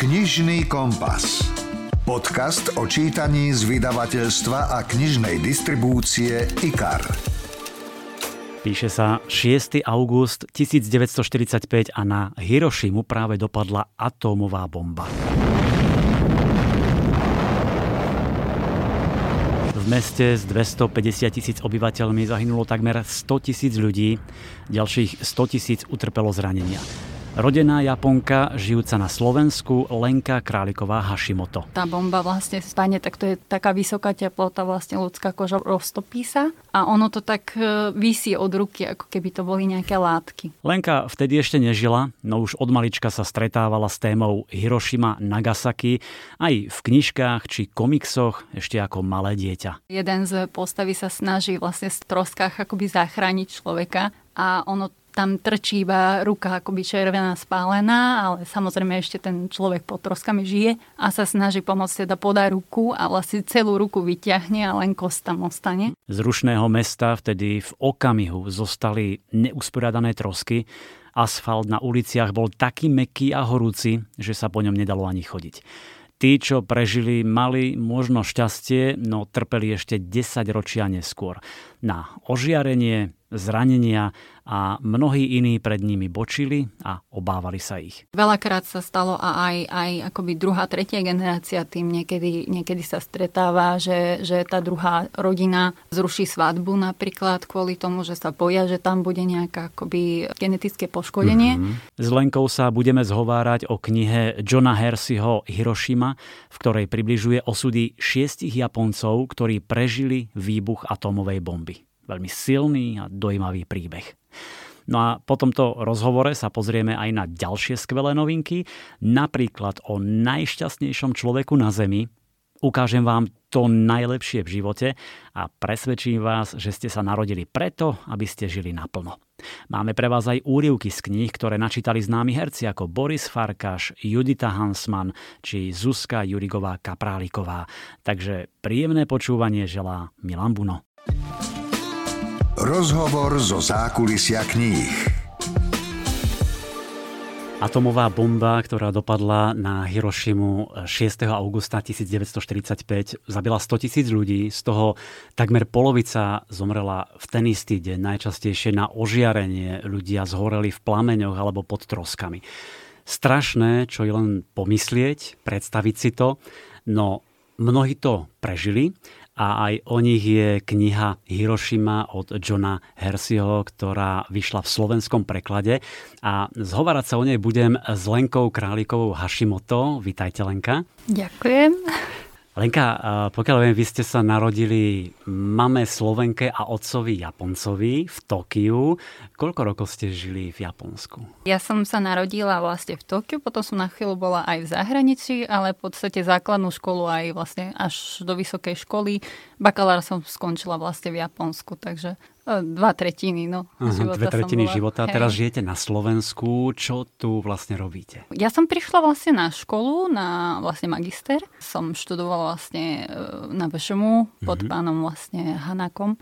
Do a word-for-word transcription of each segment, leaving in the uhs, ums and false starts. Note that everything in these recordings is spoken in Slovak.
Knižný kompas. Podcast o čítaní z vydavateľstva a knižnej distribúcie IKAR. Píše sa šiesteho augusta tisícdeväťstoštyridsaťpäť a na Hirošimu práve dopadla atómová bomba. V meste s dvestopäťdesiat tisíc obyvateľmi zahynulo takmer sto tisíc ľudí, ďalších sto tisíc utrpelo zranenia. Rodená Japonka, žijúca na Slovensku, Lenka Králiková Hashimoto. Tá bomba vlastne stane, tak to je taká vysoká teplota, vlastne ľudská koža roztopí sa a ono to tak visí od ruky, ako keby to boli nejaké látky. Lenka vtedy ešte nežila, no už od malička sa stretávala s témou Hirošima, Nagasaki aj v knižkách či komiksoch ešte ako malé dieťa. Jeden z postavy sa snaží vlastne v troskách akoby zachrániť človeka a ono tam trčí iba ruka akoby červená spálená, ale samozrejme ešte ten človek pod troskami žije a sa snaží pomôcť, teda podá ruku a vlastne celú ruku vyťahne a len kost tam ostane. Z rušného mesta vtedy v okamihu zostali neusporiadané trosky. Asfalt na uliciach bol taký mäkký a horúci, že sa po ňom nedalo ani chodiť. Tí, čo prežili, mali možno šťastie, no trpeli ešte desaťročia neskôr. Na ožiarenie, zranenia a mnohí iní pred nimi bočili a obávali sa ich. Veľakrát sa stalo a aj, aj akoby druhá, tretia generácia tým niekedy, niekedy sa stretáva, že, že tá druhá rodina zruší svadbu napríklad kvôli tomu, že sa boja, že tam bude nejaké akoby genetické poškodenie. Mm-hmm. S Lenkou sa budeme zhovárať o knihe Johna Herseyho Hirošima, v ktorej približuje osudy šiestich Japoncov, ktorí prežili výbuch atómovej bomby. Veľmi silný a dojímavý príbeh. No a po tomto rozhovore sa pozrieme aj na ďalšie skvelé novinky, napríklad o najšťastnejšom človeku na Zemi. Ukážem vám to najlepšie v živote a presvedčím vás, že ste sa narodili preto, aby ste žili naplno. Máme pre vás aj úryvky z kníh, ktoré načítali známi herci ako Boris Farkaš, Judita Hansman či Zuzka Jurigová Kapráliková. Takže príjemné počúvanie želá Milan Buno. Rozhovor zo zákulisia kníh. Atomová bomba, ktorá dopadla na Hirošimu šiesteho augusta tisícdeväťstoštyridsaťpäť, zabila sto tisíc ľudí, z toho takmer polovica zomrela v ten istý deň, najčastejšie na ožiarenie, ľudia zhoreli v plameňoch alebo pod troskami. Strašné, čo je len pomyslieť, predstaviť si to, no mnohí to prežili. A aj o nich je kniha Hirošima od Johna Herseyho, ktorá vyšla v slovenskom preklade. A zhovárať sa o nej budem s Lenkou Králikovou Hashimoto. Vítajte, Lenka. Ďakujem. Lenka, pokiaľ viem, vy ste sa narodili mame Slovenke a otcovi Japoncovi v Tokiu. Koľko rokov ste žili v Japonsku? Ja som sa narodila vlastne v Tokiu, potom som na chvíľu bola aj v zahraničí, ale v podstate základnú školu aj vlastne až do vysokej školy. Bakalár som skončila vlastne v Japonsku, takže dva tretiny, no. Aha, dve tretiny života. Hej. Teraz žijete na Slovensku. Čo tu vlastne robíte? Ja som prišla vlastne na školu, na vlastne magister. Som študovala vlastne na vé š em u pod mm-hmm. pánom vlastne Hanákom.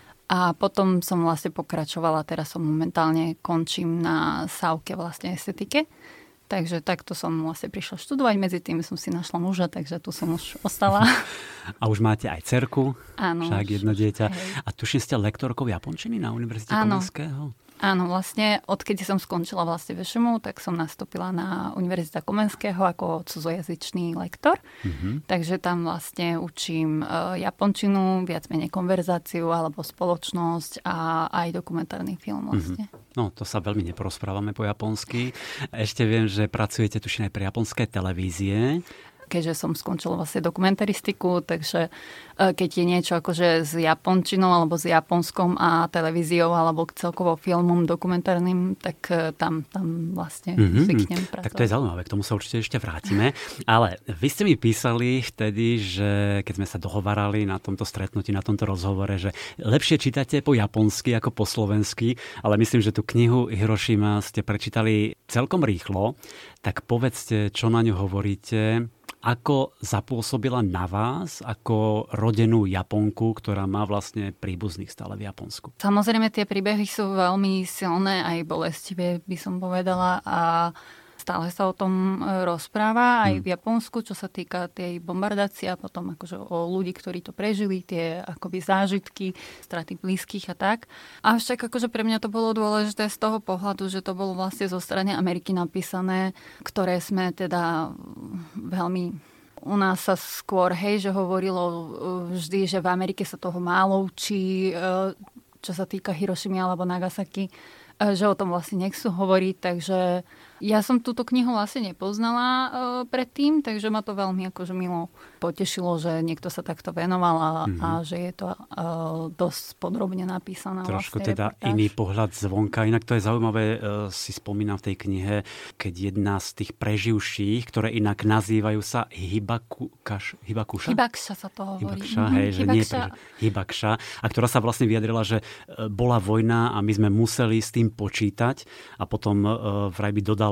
A potom som vlastne pokračovala, teraz som momentálne končím na SAUKE vlastne estetike. Takže takto som vlastne prišla študovať, medzi tým som si našla muža, takže tu som už ostala. A už máte aj dcerku, áno, však jedno dieťa. Hej. A tuším, ste lektorkou japončiny na Univerzite Komenského? Áno, vlastne odkedy som skončila vlastne vé š em u, tak som nastúpila na Univerzita Komenského ako cudzojazyčný lektor. Mm-hmm. Takže tam vlastne učím japončinu, viac menej konverzáciu alebo spoločnosť a aj dokumentárny film vlastne. Mm-hmm. No, to sa veľmi neporozprávame po japonsky. Ešte viem, že pracujete tuším aj pre japonské televízie. Keďže som skončila vlastne dokumentaristiku, takže keď je niečo akože s japončinou alebo s japonskom a televíziou alebo celkovo filmom dokumentárnym, tak tam, tam vlastne mm-hmm. zvyknem pracovať. Tak to je zaujímavé, k tomu sa určite ešte vrátime. Ale vy ste mi písali vtedy, že keď sme sa dohovárali na tomto stretnutí, na tomto rozhovore, že lepšie čítate po japonsky ako po slovensky, ale myslím, že tú knihu Hirošima ste prečítali celkom rýchlo, tak povedzte, čo na ňu hovoríte. Ako zapôsobila na vás ako rodenú Japonku, ktorá má vlastne príbuzných stále v Japonsku? Samozrejme, tie príbehy sú veľmi silné, aj bolestivé, by som povedala. A stále sa o tom rozpráva aj hmm. v Japonsku, čo sa týka tej bombardácie a potom akože o ľudí, ktorí to prežili, tie akoby zážitky, straty blízkych a tak. Avšak akože pre mňa to bolo dôležité z toho pohľadu, že to bolo vlastne zo strany Ameriky napísané, ktoré sme teda veľmi... U nás sa skôr, hej, že hovorilo vždy, že v Amerike sa toho málo učí, čo sa týka Hirošimy alebo Nagasaki, že o tom vlastne nechcú hovoriť, takže ja som túto knihu vlastne nepoznala uh, predtým, takže ma to veľmi akože milo potešilo, že niekto sa takto venoval a, mm-hmm. a že je to uh, dosť podrobne napísaná. Trošku vlastne teda reportáž. Iný pohľad zvonka. Inak to je zaujímavé, uh, si spomínam v tej knihe, keď jedna z tých preživších, ktoré inak nazývajú sa Hibakukaš, Hibakúša? Hibakša sa to hovorí. Hibakša, hej, že nie preži- Hibakša. A ktorá sa vlastne vyjadrila, že uh, bola vojna a my sme museli s tým počítať a potom uh, vraj by dodala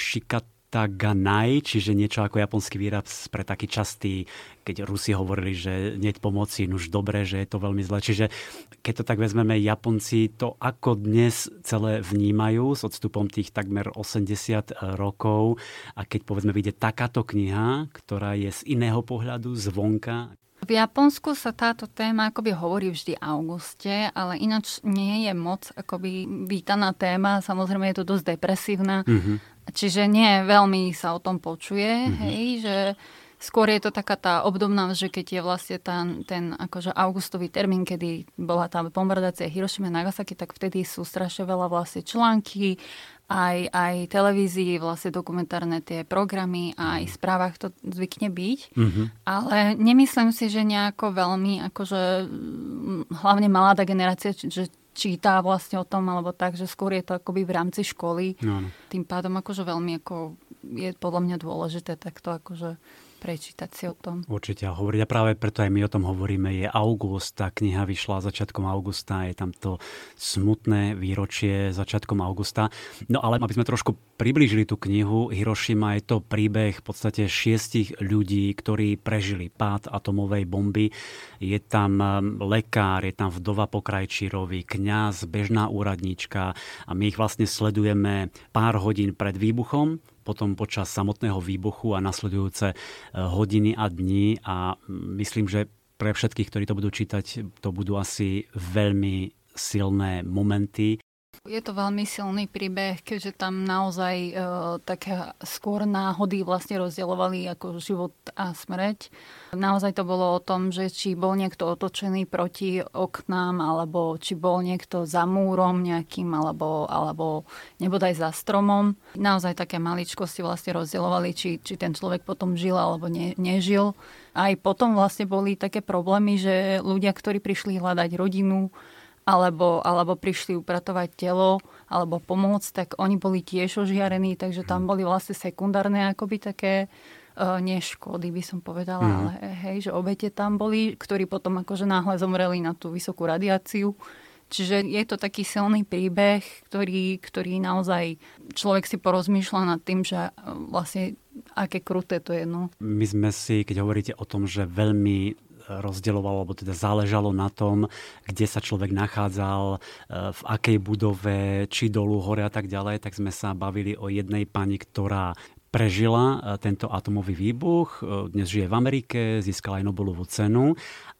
Shikataganai, čiže niečo ako japonský výraz pre taký častý, keď Rusi hovorili, že nie pomoci, už dobre, že je to veľmi zle. Čiže keď to tak vezmeme, Japonci to ako dnes celé vnímajú s odstupom tých takmer osemdesiat rokov a keď povedzme vyjde takáto kniha, ktorá je z iného pohľadu, zvonka. V Japonsku sa táto téma akoby hovorí vždy v auguste, ale ináč nie je moc akoby vítaná téma. Samozrejme je to dosť depresívna. Mm-hmm. Čiže nie veľmi sa o tom počuje. Mm-hmm. Hej, že skôr je to taká tá obdobná, že keď je vlastne tá, ten akože augustový termín, kedy bola tá bombardácia Hirošimy a Nagasaki, tak vtedy sú strašne veľa vlastne články, aj, aj televízii, vlastne dokumentárne tie programy a aj v správach to zvykne byť. Mm-hmm. Ale nemyslím si, že nejako veľmi, akože hlavne mladá generácia, že číta vlastne o tom, alebo tak, že skôr je to akoby v rámci školy. No, no. Tým pádom akože veľmi ako je podľa mňa dôležité takto akože prečítať si o tom. Určite hovoriť a práve preto aj my o tom hovoríme. Je august, tá kniha vyšla začiatkom augusta, je tam to smutné výročie začiatkom augusta. No ale aby sme trošku priblížili tú knihu, Hirošima je to príbeh v podstate šiestich ľudí, ktorí prežili pád atomovej bomby. Je tam lekár, je tam vdova po krajčírovi, kňaz, bežná úradníčka a my ich vlastne sledujeme pár hodín pred výbuchom, potom počas samotného výbuchu a nasledujúce hodiny a dní a myslím, že pre všetkých, ktorí to budú čítať, to budú asi veľmi silné momenty. Je to veľmi silný príbeh, keďže tam naozaj e, také skôr náhody vlastne rozdielovali ako život a smrť. Naozaj to bolo o tom, že či bol niekto otočený proti oknám, alebo či bol niekto za múrom nejakým, alebo, alebo nebodaj za stromom. Naozaj také maličkosti vlastne rozdielovali, či, či ten človek potom žil, alebo ne, nežil. Aj potom vlastne boli také problémy, že ľudia, ktorí prišli hľadať rodinu, Alebo, alebo prišli upratovať telo, alebo pomôcť, tak oni boli tiež ožiarení, takže tam boli vlastne sekundárne akoby také uh, neškody, by som povedala, mm. ale hej, že obete tam boli, ktorí potom akože náhle zomreli na tú vysokú radiáciu. Čiže je to taký silný príbeh, ktorý, ktorý naozaj človek si porozmýšľa nad tým, že vlastne aké kruté to je. No. My sme si, keď hovoríte o tom, že veľmi rozdielovalo, alebo teda záležalo na tom, kde sa človek nachádzal, v akej budove, či dolu, hore a tak ďalej, tak sme sa bavili o jednej pani, ktorá prežila tento atomový výbuch, dnes žije v Amerike, získala aj Nobelovú cenu.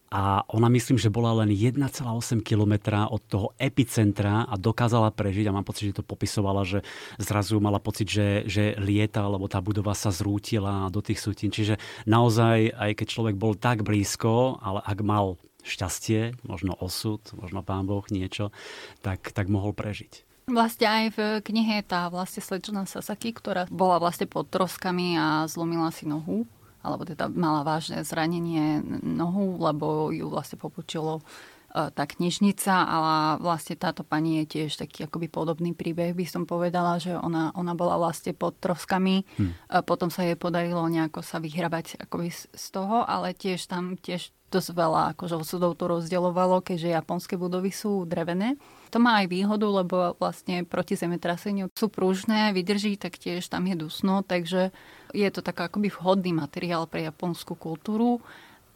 A ona myslím, že bola len jeden celá osem kilometra od toho epicentra a dokázala prežiť a mám pocit, že to popisovala, že zrazu mala pocit, že, že lieta, lebo tá budova sa zrútila do tých sutín. Čiže naozaj, aj keď človek bol tak blízko, ale ak mal šťastie, možno osud, možno Pán Boh niečo, tak, tak mohol prežiť. Vlastne aj v knihe je tá vlastne slečna Sasaki, ktorá bola vlastne pod troskami a zlomila si nohu. Alebo teda mala vážne zranenie nohu, lebo ju vlastne popučilo tá knižnica, ale vlastne táto pani je tiež taký akoby podobný príbeh, by som povedala, že ona, ona bola vlastne pod troskami, hmm. potom sa jej podarilo nejako sa vyhrabať akoby z toho, ale tiež tam tiež dosť veľa akože osudov to rozdielovalo, keďže japonské budovy sú drevené. To má aj výhodu, lebo vlastne proti zemetraseniu sú pružné, vydrží, tak tiež tam je dusno, takže je to taký akoby vhodný materiál pre japonskú kultúru.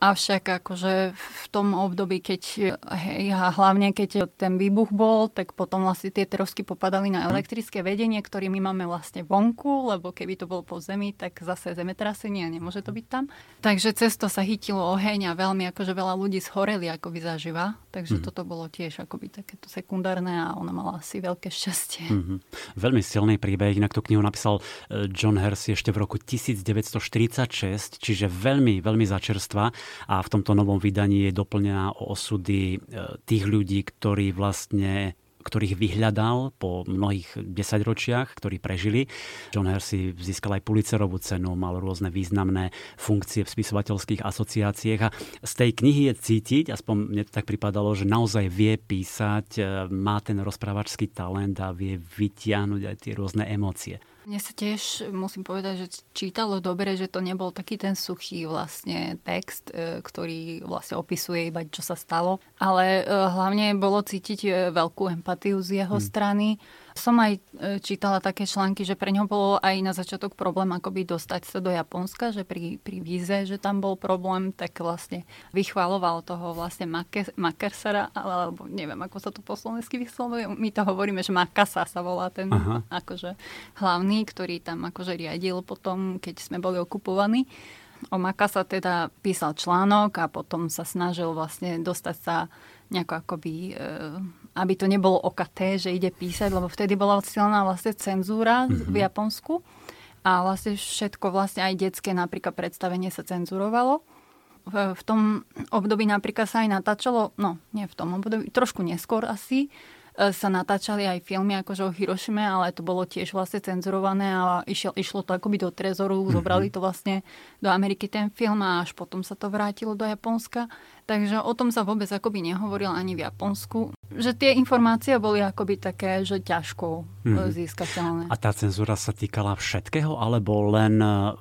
Avšak akože v tom období, keď, hej, a hlavne keď ten výbuch bol, tak potom vlastne tie trosky popadali na elektrické vedenie, ktoré my máme vlastne vonku, lebo keby to bolo po zemi, tak zase zemetrasenie a nemôže to byť tam. Takže cez to sa chytilo oheň a veľmi akože veľa ľudí schoreli akoby zaživa. Takže mm. toto bolo tiež akoby takéto sekundárne a ona mala asi veľké šťastie. Mm-hmm. Veľmi silný príbeh, inak tú knihu napísal John Hersey ešte v roku devätnásťstoštyridsaťšesť, čiže veľmi, veľmi začerstvá. A v tomto novom vydaní je doplnená o osudy tých ľudí, ktorí vlastne ktorých vyhľadal po mnohých desaťročiach, ktorí prežili. John Hersey získal aj Pulitzerovú cenu, mal rôzne významné funkcie v spisovateľských asociáciách a z tej knihy je cítiť, aspoň mne to tak pripadalo, že naozaj vie písať, má ten rozprávačský talent a vie vytiahnuť aj tie rôzne emócie. Mne sa tiež, musím povedať, že čítalo dobre, že to nebol taký ten suchý vlastne text, ktorý vlastne opisuje iba, čo sa stalo. Ale hlavne bolo cítiť veľkú empatiu z jeho hmm. strany. Som aj čítala také články, že pre ňo bolo aj na začiatok problém akoby dostať sa do Japonska, že pri, pri víze, že tam bol problém, tak vlastne vychváloval toho vlastne Makersara, alebo neviem, ako sa to po slovensky vyslovuje. My to hovoríme, že Makasa sa volá ten Aha. akože hlavný, ktorý tam akože riadil potom, keď sme boli okupovaní. O Makasa teda písal článok a potom sa snažil vlastne dostať sa nejako akoby, aby to nebolo O K T, že ide písať, lebo vtedy bola silná vlastne cenzúra mm-hmm. v Japonsku a vlastne všetko vlastne aj detské napríklad predstavenie sa cenzurovalo. V, v tom období napríklad sa aj natáčalo, no nie v tom období, trošku neskôr asi, sa natáčali aj filmy akože o Hirošime, ale to bolo tiež vlastne cenzurované a išlo, išlo to akoby do trezoru, mm-hmm. zobrali to vlastne do Ameriky ten film a až potom sa to vrátilo do Japonska. Takže o tom sa vôbec akoby nehovoril ani v Japonsku. Že tie informácie boli akoby také, že ťažko mm-hmm. získateľné. A tá cenzúra sa týkala všetkého, alebo len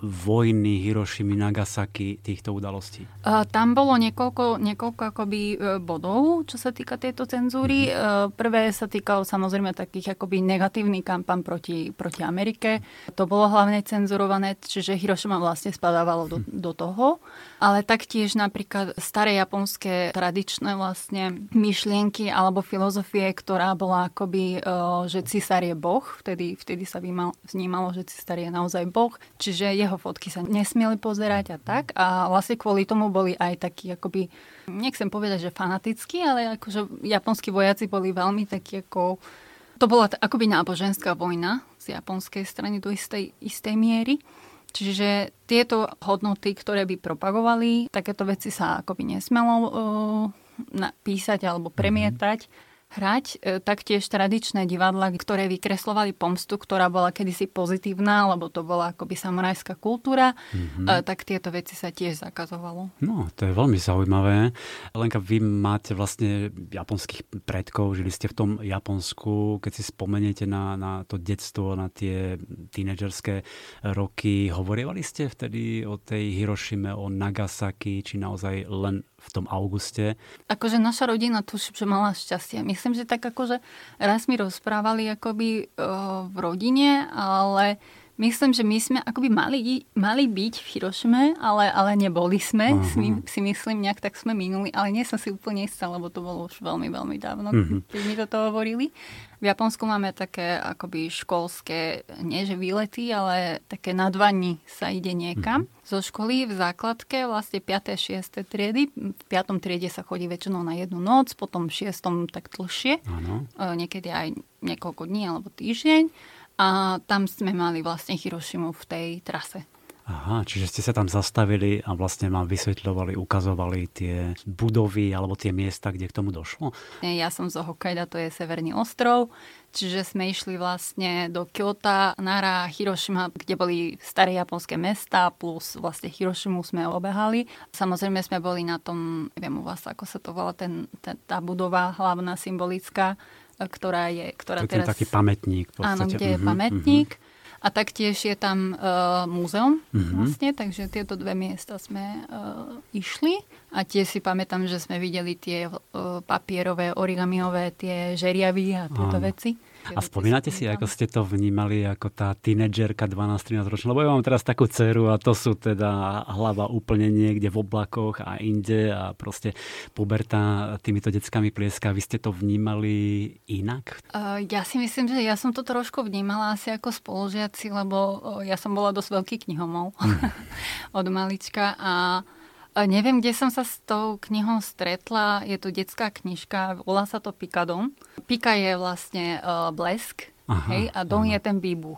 vojny Hirošimy, Nagasaki, týchto udalostí? Uh, tam bolo niekoľko, niekoľko akoby bodov, čo sa týka tejto cenzúry. Mm-hmm. Uh, prvé sa týkalo samozrejme takých akoby negatívny kampaň proti, proti Amerike. To bolo hlavne cenzurované, čiže Hirošima vlastne spadávalo do, do toho. Ale taktiež napríklad staré japonské tradičné vlastne myšlienky alebo filozofie, ktorá bola akoby, že cisár je boh. Vtedy, vtedy sa vnímalo, že cisár je naozaj boh. Čiže jeho fotky sa nesmieli pozerať a tak. A vlastne kvôli tomu boli aj takí akoby, nechcem povedať, že fanatickí, ale akože japonskí vojaci boli veľmi takí ako... To bola t- akoby náboženská vojna z japonskej strany do istej, istej miery. Čiže tieto hodnoty, ktoré by propagovali, takéto veci sa akoby nesmelo uh, písať alebo premietať. Hrať e, taktiež tradičné divadlá, ktoré vykreslovali pomstu, ktorá bola kedysi pozitívna, lebo to bola akoby samurajská kultúra, mm-hmm. e, tak tieto veci sa tiež zakazovalo. No, to je veľmi zaujímavé. Lenka, vy máte vlastne japonských predkov, žili ste v tom Japonsku, keď si spomeniete na, na to detstvo, na tie tínedžerské roky, hovorievali ste vtedy o tej Hirošime, o Nagasaki, či naozaj len v tom auguste? Akože naša rodina tuším, že mala šťastie. Myslím, že tak akože raz mi rozprávali akoby uh, v rodine, ale myslím, že my sme akoby mali, mali byť v Hirošime, ale, ale neboli sme. Uh-huh. Si, si myslím, nejak tak sme minuli, ale nie som si úplne istá, lebo to bolo už veľmi, veľmi dávno, uh-huh. keď mi toto hovorili. V Japonsku máme také akoby školské, nie že výlety, ale také na dva dni sa ide niekam. Mm-hmm. Zo školy v základke vlastne piate šieste triedy. V piatom triede sa chodí väčšinou na jednu noc, potom v šiestom tak dlhšie. Ano. Niekedy aj niekoľko dní alebo týždeň. A tam sme mali vlastne Hirošimu v tej trase. Aha, čiže ste sa tam zastavili a vlastne vám vysvetľovali, ukazovali tie budovy alebo tie miesta, kde k tomu došlo? Ja som z Hokkaida, to je severný ostrov, čiže sme išli vlastne do Kjóta, Nara, Hirošima, kde boli staré japonské mestá, plus vlastne Hirošimu sme obehali. Samozrejme sme boli na tom, neviem u vás, ako sa to volá, ten, ten, tá budova hlavná symbolická, ktorá je... Ktorá to je teraz... taký pamätník. V podstate. Áno, kde je uh-huh, pamätník. Uh-huh. A taktiež je tam uh, múzeum mm-hmm. vlastne, takže tieto dve miesta sme uh, išli. A tiež si pamätám, že sme videli tie uh, papierové, origamiové, tie žeriavy a tieto Áno. veci. A spomínate si, ako ste to vnímali ako tá tínedžerka dvanásť trinásť ročná? Lebo ja mám teraz takú dceru a to sú teda hlava úplne niekde v oblakoch a inde a proste puberta týmito deckami plieska. Vy ste to vnímali inak? Uh, ja si myslím, že ja som to trošku vnímala asi ako spolužiaci, lebo ja som bola dosť veľký knihomol mm. od malička a neviem, kde som sa s tou knihou stretla. Je to detská knižka, volá sa to Pikadon. Pika je vlastne uh, blesk, aha, hej, a don aha. je ten výbuch.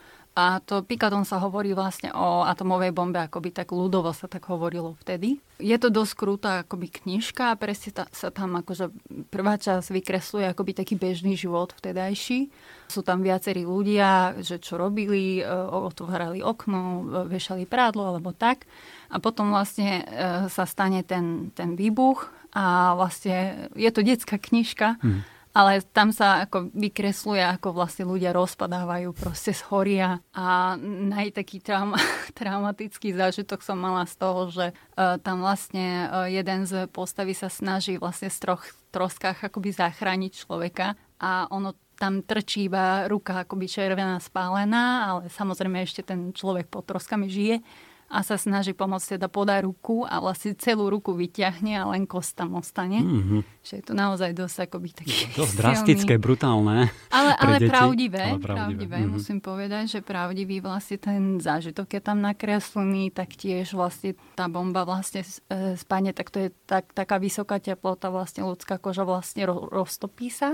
A to Pikadon sa hovorí vlastne o atomovej bombe, akoby tak ľudovo sa tak hovorilo vtedy. Je to dosť krúta akoby knižka a presne ta, sa tam akože prvá časť vykresluje akoby taký bežný život vtedajší. Sú tam viacerí ľudia, že čo robili, otvárali okno, vešali prádlo alebo tak. A potom vlastne sa stane ten, ten výbuch a vlastne je to detská knižka, hmm. ale tam sa ako vykresluje, ako vlastne ľudia rozpadávajú, proste zhoria. A najtaký trauma, traumatický zážitok som mala z toho, že uh, tam vlastne uh, jeden z postaví sa snaží vlastne z troch troskách akoby zachrániť človeka a ono tam trčí iba ruka akoby červená spálená, ale samozrejme ešte ten človek pod troskami žije a sa snaží pomôcť, teda podá ruku a vlastne celú ruku vyťahne a len kost tam ostane. Mm-hmm. Že je to naozaj dosť akoby taký dosť drastické, brutálne. Ale, ale deti. pravdivé, ale pravdivé. pravdivé mm-hmm. musím povedať, že pravdivý vlastne ten zážitok je tam nakreslený, tak tiež vlastne tá bomba vlastne spadne, tak to je tak, taká vysoká teplota, vlastne ľudská koža vlastne ro, roztopí sa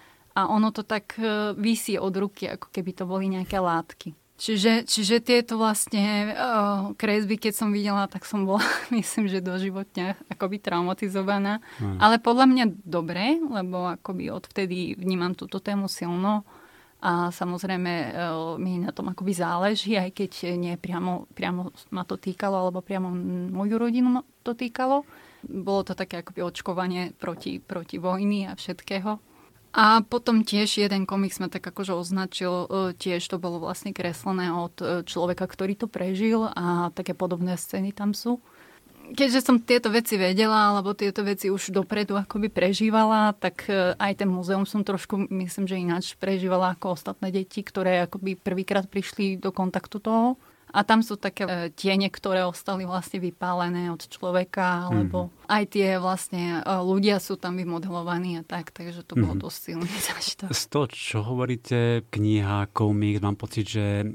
a ono to tak visí od ruky, ako keby to boli nejaké látky. Čiže, čiže tieto vlastne uh, kresby, keď som videla, tak som bola, myslím, že doživotne akoby traumatizovaná. Mm. Ale podľa mňa dobre, lebo akoby odvtedy vnímam túto tému silno a samozrejme uh, mi na tom akoby záleží, aj keď nie priamo, priamo ma to týkalo, alebo priamo moju rodinu to týkalo. Bolo to také akoby očkovanie proti, proti vojny a všetkého. A potom tiež jeden komik sme tak akože označil, tiež to bolo vlastne kreslené od človeka, ktorý to prežil a také podobné scény tam sú. Keďže som tieto veci vedela, alebo tieto veci už dopredu akoby prežívala, tak aj ten múzeum som trošku, myslím, že ináč prežívala ako ostatné deti, ktoré akoby prvýkrát prišli do kontaktu toho. A tam sú také e, tiene, ktoré ostali vlastne vypálené od človeka, alebo mm-hmm. aj tie vlastne e, ľudia sú tam vymodelovaní a tak, takže to bolo mm-hmm. dosť silný zážitok. Z toho, čo hovoríte, kniha, komiks, mám pocit, že e,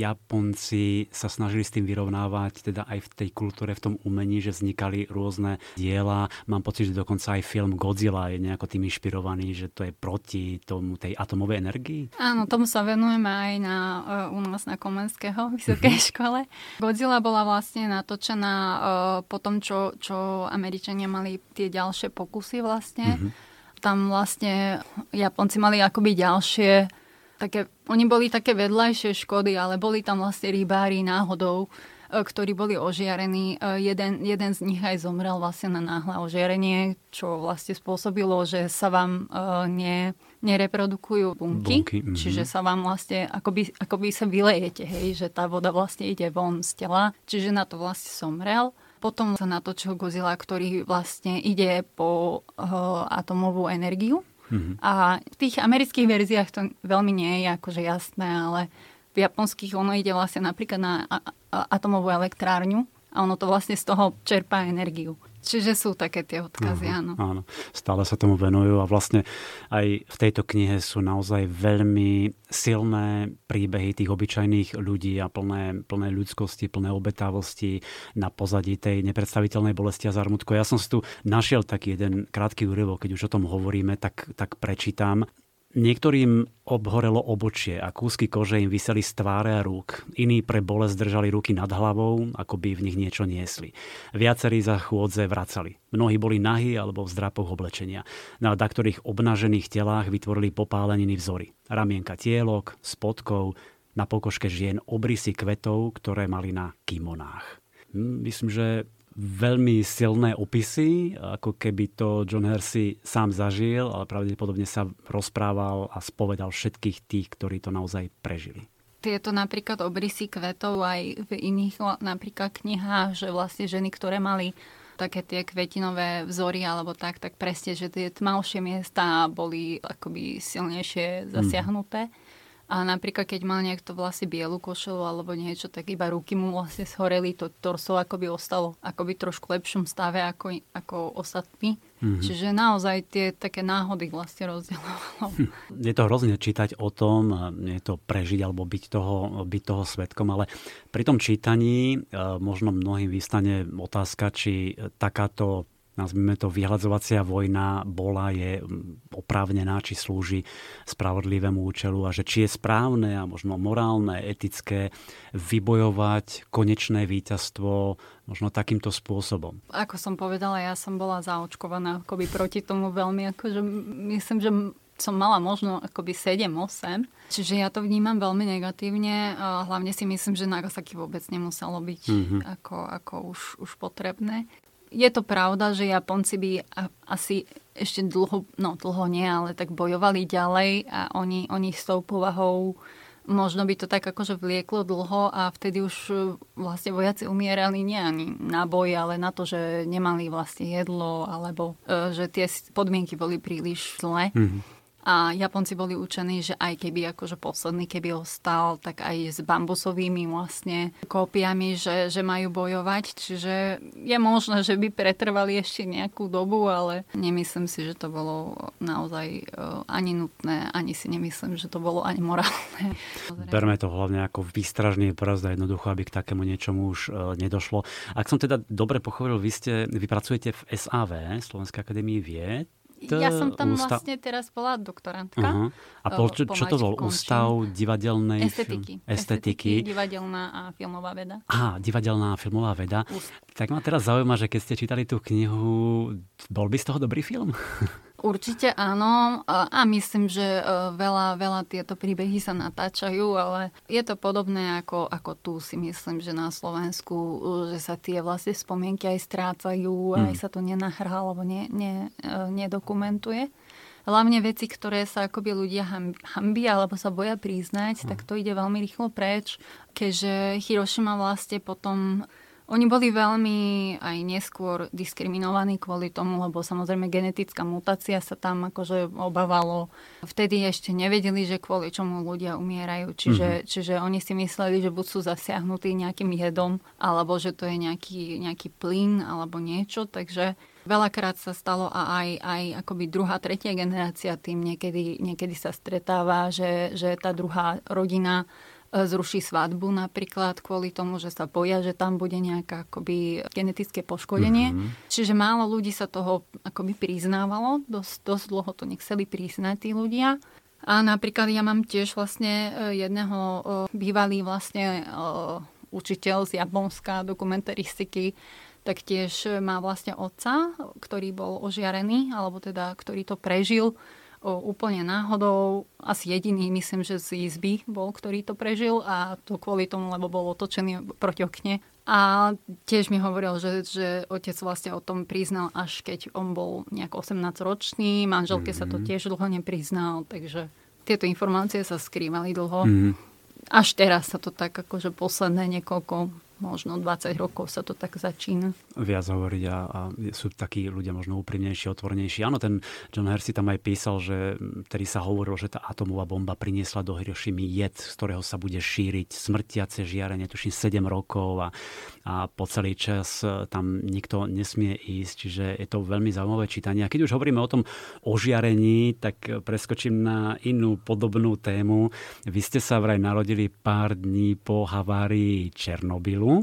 Japonci sa snažili s tým vyrovnávať, teda aj v tej kultúre, v tom umení, že vznikali rôzne diela. Mám pocit, že dokonca aj film Godzilla je nejako tým inšpirovaný, že to je proti tomu tej atomovej energii. Áno, tomu sa venujeme aj na, u nás na Komenského vysokej škole. Godzilla bola vlastne natočená uh, po tom, čo, čo Američania mali tie ďalšie pokusy vlastne. Mm-hmm. Tam vlastne Japonci mali akoby ďalšie také, oni boli také vedľajšie škody, ale boli tam vlastne rybári náhodou, uh, ktorí boli ožiarení. Uh, jeden, jeden z nich aj zomrel vlastne na náhle ožiarenie, čo vlastne spôsobilo, že sa vám uh, ne... nereprodukujú bunky, bunky mm-hmm. čiže sa vám vlastne, akoby, akoby sa vylejete, hej, že tá voda vlastne ide von z tela, čiže na to vlastne somrel. Potom sa natočil Godzilla, ktorý vlastne ide po uh, atomovú energiu. Mm-hmm. A v tých amerických verziách to veľmi nie je akože jasné, ale v japonských ono ide vlastne napríklad na a- a- atomovú elektrárňu a ono to vlastne z toho čerpá energiu. Čiže sú také tie odkazy, uh-huh, áno. Áno, stále sa tomu venujú a vlastne aj v tejto knihe sú naozaj veľmi silné príbehy tých obyčajných ľudí a plné, plné ľudskosti, plné obetavosti na pozadí tej nepredstaviteľnej bolesti a zármutku. Ja som si tu našiel taký jeden krátky úryvok, keď už o tom hovoríme, tak, tak prečítam. Niektorým obhorelo obočie a kúsky kože im viseli z tváre a rúk. Iní pre bolesť držali ruky nad hlavou, ako by v nich niečo niesli. Viacerí za chôdze vracali. Mnohí boli nahí alebo v zdrapoch oblečenia. Na ktorých obnažených telách vytvorili popáleniny vzory. Ramienka tielok, spodkov, na pokožke žien obrysy kvetov, ktoré mali na kimonách. Myslím, že veľmi silné opisy, ako keby to John Hersey sám zažil, ale pravdepodobne sa rozprával a spovedal všetkých tých, ktorí to naozaj prežili. Tieto napríklad obrysy kvetov aj v iných napríklad knihách, že vlastne ženy, ktoré mali také tie kvetinové vzory alebo tak, tak presne, že tie tmavšie miesta boli akoby silnejšie zasiahnuté. A napríklad, keď mal niekto vlastne bielu košelu alebo niečo, tak iba ruky mu vlastne shoreli, to torso akoby ostalo akoby trošku lepšom stave ako, ako ostatní. Mm-hmm. Čiže naozaj tie také náhody vlastne rozdielovalo. Je to hrozne čítať o tom, nie je to prežiť alebo byť toho, byť toho svedkom, ale pri tom čítaní možno mnohým vystane otázka, či takáto, nazvime to, vyhľadzovacia vojna bola, je oprávnená, či slúži spravodlivému účelu a že či je správne a možno morálne, etické vybojovať konečné víťazstvo možno takýmto spôsobom. Ako som povedala, ja som bola zaočkovaná akoby proti tomu veľmi, akože myslím, že som mala možno akoby sedem osem, čiže ja to vnímam veľmi negatívne. Hlavne si myslím, že Nagasaki vôbec nemuselo byť mm-hmm. ako, ako už, už potrebné. Je to pravda, že Japonci by asi ešte dlho, no dlho nie, ale tak bojovali ďalej a oni, oni s tou povahou možno by to tak akože vlieklo dlho a vtedy už vlastne vojaci umierali nie ani na boj, ale na to, že nemali vlastne jedlo alebo že tie podmienky boli príliš zlé. Mm-hmm. A Japonci boli učení, že aj keby akože posledný, keby ostal, tak aj s bambusovými vlastne kópiami, že, že majú bojovať. Čiže je možné, že by pretrvali ešte nejakú dobu, ale nemyslím si, že to bolo naozaj ani nutné, ani si nemyslím, že to bolo ani morálne. Berme to hlavne ako výstražný prst a jednoducho, aby k takému niečomu už nedošlo. Ak som teda dobre pochopil, vy, ste, vy pracujete v es á vé, Slovenskej akadémie vied. Ja som tam ústav... vlastne teraz bola doktorantka. Uh-huh. A po, čo, čo to bol? Ústav divadelnej... Estetiky. Estetiky. Divadelná a filmová veda. Á, divadelná a filmová veda. Úst. Tak ma teraz zaujíma, že keď ste čítali tú knihu, bol by z toho dobrý film? Určite áno a myslím, že veľa, veľa tieto príbehy sa natáčajú, ale je to podobné ako, ako tu si myslím, že na Slovensku, že sa tie vlastne spomienky aj strácajú, mm. aj sa to nenahrá alebo ne, ne, nedokumentuje. Hlavne veci, ktoré sa akoby ľudia hanbia alebo sa boja priznať, mm. tak to ide veľmi rýchlo preč, keďže Hirošima vlastne potom... Oni boli veľmi aj neskôr diskriminovaní kvôli tomu, lebo samozrejme genetická mutácia sa tam akože obávalo. Vtedy ešte nevedeli, že kvôli čomu ľudia umierajú. Čiže, mm-hmm. čiže oni si mysleli, že buď sú zasiahnutí nejakým jedom, alebo že to je nejaký, nejaký plyn, alebo niečo. Takže veľakrát sa stalo a aj, aj akoby druhá, tretia generácia tým niekedy, niekedy sa stretáva, že, že tá druhá rodina zruší svadbu napríklad kvôli tomu, že sa boja, že tam bude nejaké akoby genetické poškodenie. Mm-hmm. Čiže málo ľudí sa toho akoby priznávalo. Dosť, dosť dlho to nechceli priznať tí ľudia. A napríklad ja mám tiež vlastne jedného bývalý vlastne učiteľ z Japonska dokumentaristiky, tak tiež má vlastne otca, ktorý bol ožiarený, alebo teda ktorý to prežil úplne náhodou. Asi jediný, myslím, že z izby bol, ktorý to prežil a to kvôli tomu, lebo bol otočený proti okne. A tiež mi hovoril, že, že otec vlastne o tom priznal, až keď on bol nejak osemnásťročný. Manželke mm-hmm. sa to tiež dlho nepriznal, takže tieto informácie sa skrývali dlho. Mm-hmm. Až teraz sa to tak akože posledné niekoľko, možno dvadsať rokov sa to tak začína. Viac hovoriť a, a sú takí ľudia možno úprimnejší, otvornejší. Áno, ten John Hersey tam aj písal, že tedy sa hovorilo, že tá atomová bomba priniesla do Hirošimy jed, z ktorého sa bude šíriť smrtiace žiarenie, tuším sedem rokov a, a po celý čas tam nikto nesmie ísť. Čiže je to veľmi zaujímavé čítanie. A keď už hovoríme o tom ožiarení, tak preskočím na inú podobnú tému. Vy ste sa vraj narodili pár dní po havárii Černobylu.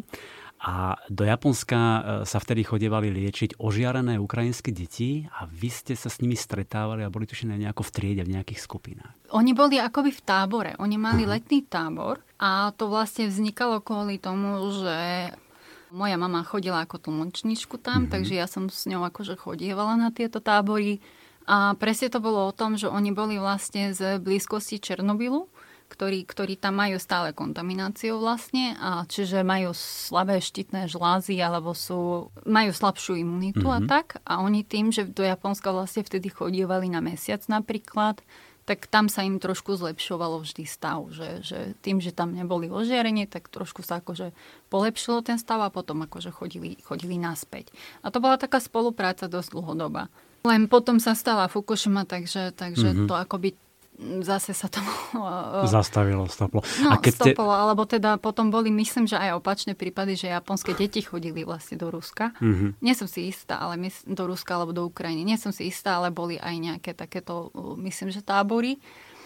A do Japonska sa vtedy chodievali liečiť ožiarené ukrajinské deti a vy ste sa s nimi stretávali a boli tuším nejako v triede, v nejakých skupinách. Oni boli akoby v tábore. Oni mali uh-huh. letný tábor a to vlastne vznikalo kvôli tomu, že moja mama chodila ako tlmočníčku tam, uh-huh. takže ja som s ňou akože chodievala na tieto tábory a presne to bolo o tom, že oni boli vlastne z blízkosti Černobylu, Ktorí, ktorí tam majú stále kontamináciu vlastne, a čiže majú slabé štítne žlázy alebo sú, majú slabšiu imunitu mm-hmm. a tak. A oni tým, že do Japonska vlastne vtedy chodievali na mesiac napríklad, tak tam sa im trošku zlepšovalo vždy stav, že, že tým, že tam neboli ožiarenie, tak trošku sa akože polepšilo ten stav a potom akože chodili, chodili naspäť. A to bola taká spolupráca dosť dlhodobá. Len potom sa stala Fukushima, takže, takže mm-hmm. to akoby zase sa to zastavilo, stoplo. No, a keď stoplo, te... alebo teda potom boli, myslím, že aj opačné prípady, že japonské deti chodili vlastne do Ruska. Mm-hmm. Nie som si istá, ale mys- do Ruska alebo do Ukrajiny. Nie som si istá, ale boli aj nejaké takéto, myslím, že tábory.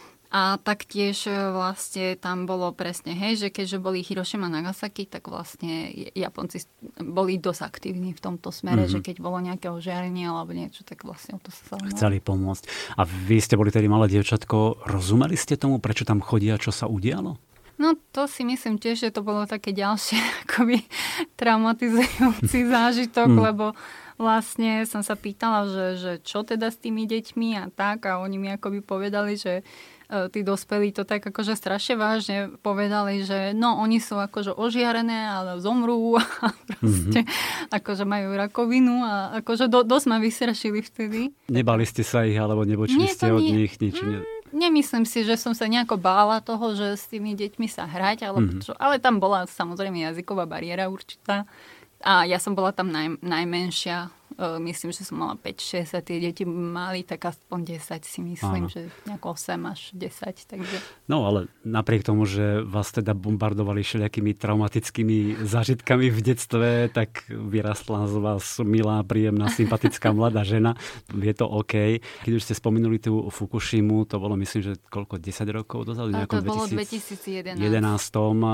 A taktiež vlastne tam bolo presne, hej, že keďže boli Hirošima a Nagasaki, tak vlastne Japonci boli dosť aktívni v tomto smere, mm-hmm. že keď bolo nejaké ožiarenie alebo niečo, tak vlastne o to sa zaujímalo. Chceli pomôcť. A vy ste boli tedy malé dievčatko, rozumeli ste tomu, prečo tam chodia, čo sa udialo? No to si myslím tiež, že to bolo také ďalšie akoby traumatizujúci zážitok, mm. lebo vlastne som sa pýtala, že, že čo teda s tými deťmi a tak a oni mi akoby povedali, že tí dospelí to tak akože strašne vážne povedali, že no oni sú akože ožiarené, ale zomrú a proste mm-hmm. akože majú rakovinu a akože do, dosť ma vystrašili vtedy. Nebali ste sa ich, alebo nebočili ste od nie, nich nič? Ne... Nemyslím si, že som sa nejako bála toho, že s tými deťmi sa hrať, alebo mm-hmm. čo, ale tam bola samozrejme jazyková bariéra určitá. A ja som bola tam naj, najmenšia. Myslím, že som mala päť šesť a tie deti mali tak aspoň desať, si myslím, Áno. že nejako osem až desať. Takže... No ale napriek tomu, že vás teda bombardovali všelijakými traumatickými zážitkami v detstve, tak vyrastla z vás milá, príjemná, sympatická mladá žena. Je to OK. Keď už ste spomenuli tú Fukushimu, to bolo myslím, že koľko, desať rokov dozadu? A to bolo dvetisícjedenásť. jedenásť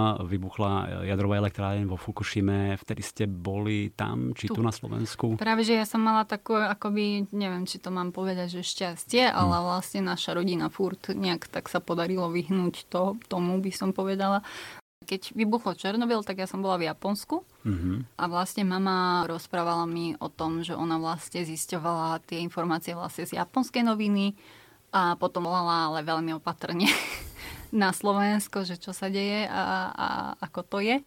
vybuchla jadrová elektráreň vo Fukushime. Vtedy ste boli tam, či tu, tu na Slovensku? Práve, že ja som mala takú, akoby, neviem, či to mám povedať, že šťastie, ale hmm. vlastne naša rodina furt nejak tak sa podarilo vyhnúť to, tomu, by som povedala. Keď vybuchlo Černobyl, tak ja som bola v Japonsku mm-hmm. a vlastne mama rozprávala mi o tom, že ona vlastne zisťovala tie informácie vlastne z japonskej noviny a potom volala ale veľmi opatrne na Slovensko, že čo sa deje a, a ako to je.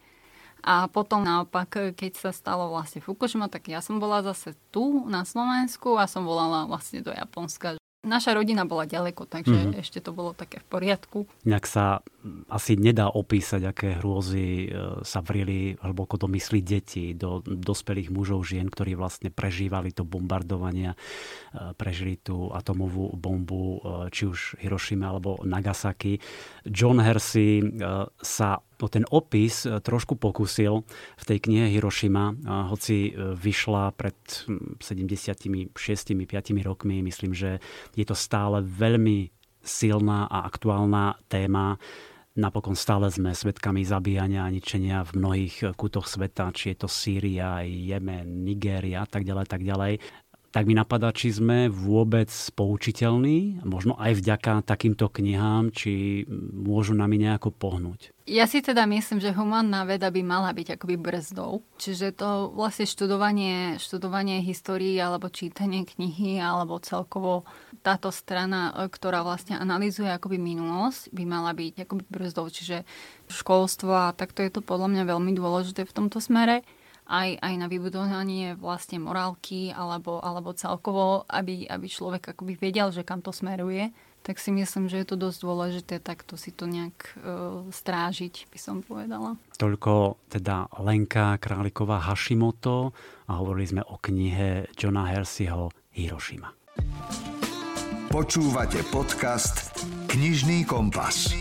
A potom naopak, keď sa stalo vlastne Fukushima, tak ja som bola zase tu na Slovensku a som volala vlastne do Japonska. Naša rodina bola ďaleko, takže mm-hmm. ešte to bolo také v poriadku. Nejak sa asi nedá opísať, aké hrôzy sa vrili hlboko do mysli detí, do dospelých mužov, žien, ktorí vlastne prežívali to bombardovanie, prežili tú atomovú bombu, či už Hirošima alebo Nagasaki. John Hersey sa o ten opis trošku pokúsil v tej knihe Hirošima, hoci vyšla pred sedemdesiatšesť päť rokmi. Myslím, že je to stále veľmi silná a aktuálna téma. Napokon stále sme svedkami zabíjania a ničenia v mnohých kútoch sveta, či je to Sýria, Jemen, Nigéria a tak ďalej, tak ďalej. Tak mi napadá, či sme vôbec poučiteľní, možno aj vďaka takýmto knihám, či môžu nami nejako pohnúť. Ja si teda myslím, že humánna veda by mala byť akoby brzdou. Čiže to vlastne študovanie, študovanie histórii alebo čítanie knihy alebo celkovo táto strana, ktorá vlastne analyzuje akoby minulosť, by mala byť akoby brzdou. Čiže školstvo a takto je to podľa mňa veľmi dôležité v tomto smere. Aj, aj na vybudovanie vlastne morálky alebo, alebo celkovo, aby, aby človek akoby vedel, že kam to smeruje, tak si myslím, že je to dosť dôležité takto si to nejak uh, strážiť, by som povedala. Toľko teda Lenka Králiková Hashimoto a hovorili sme o knihe Johna Herseyho Hirošima. Počúvate podcast Knižný kompas.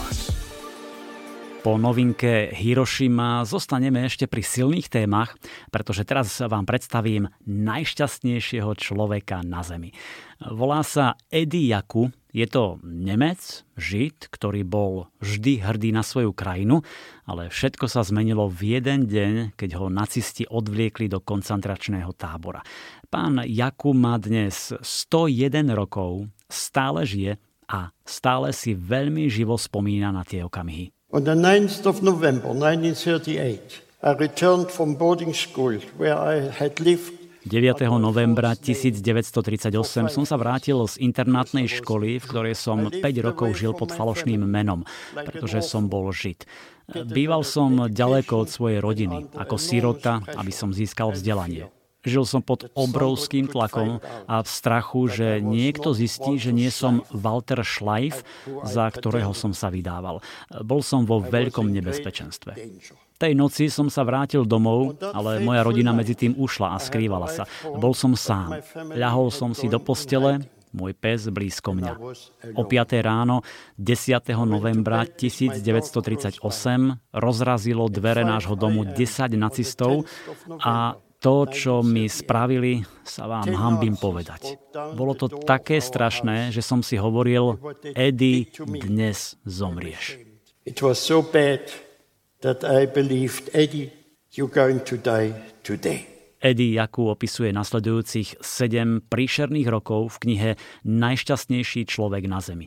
Po novinke Hirošima zostaneme ešte pri silných témach, pretože teraz vám predstavím najšťastnejšieho človeka na Zemi. Volá sa Edi Jaku, je to Nemec, Žid, ktorý bol vždy hrdý na svoju krajinu, ale všetko sa zmenilo v jeden deň, keď ho nacisti odvliekli do koncentračného tábora. Pán Jaku má dnes sto jeden rokov, stále žije a stále si veľmi živo spomína na tie okamihy. On the ninth of November nineteen thirty-eight, I returned from boarding school where I had lived. deviateho novembra devätnásťstotridsaťosem som sa vrátil z internátnej školy, v ktorej som päť rokov žil pod falošným menom, pretože som bol Žid. Býval som ďaleko od svojej rodiny, ako sirota, aby som získal vzdelanie. Žil som pod obrovským tlakom a v strachu, že niekto zistí, že nie som Walter Schleif, za ktorého som sa vydával. Bol som vo veľkom nebezpečenstve. Tej noci som sa vrátil domov, ale moja rodina medzi tým ušla a skrývala sa. Bol som sám. Ľahol som si do postele, môj pes blízko mňa. O piatej ráno desiateho novembra tisícdeväťstotridsaťosem rozrazilo dvere nášho domu desať nacistov a to, čo mi spravili, sa vám hanbím povedať. Bolo to také strašné, že som si hovoril, Eddie, dnes zomrieš. It was so bad that I believed, Eddie, you're going to die today. Eddie Jaku opisuje nasledujúcich sedem príšerných rokov v knihe Najšťastnejší človek na zemi.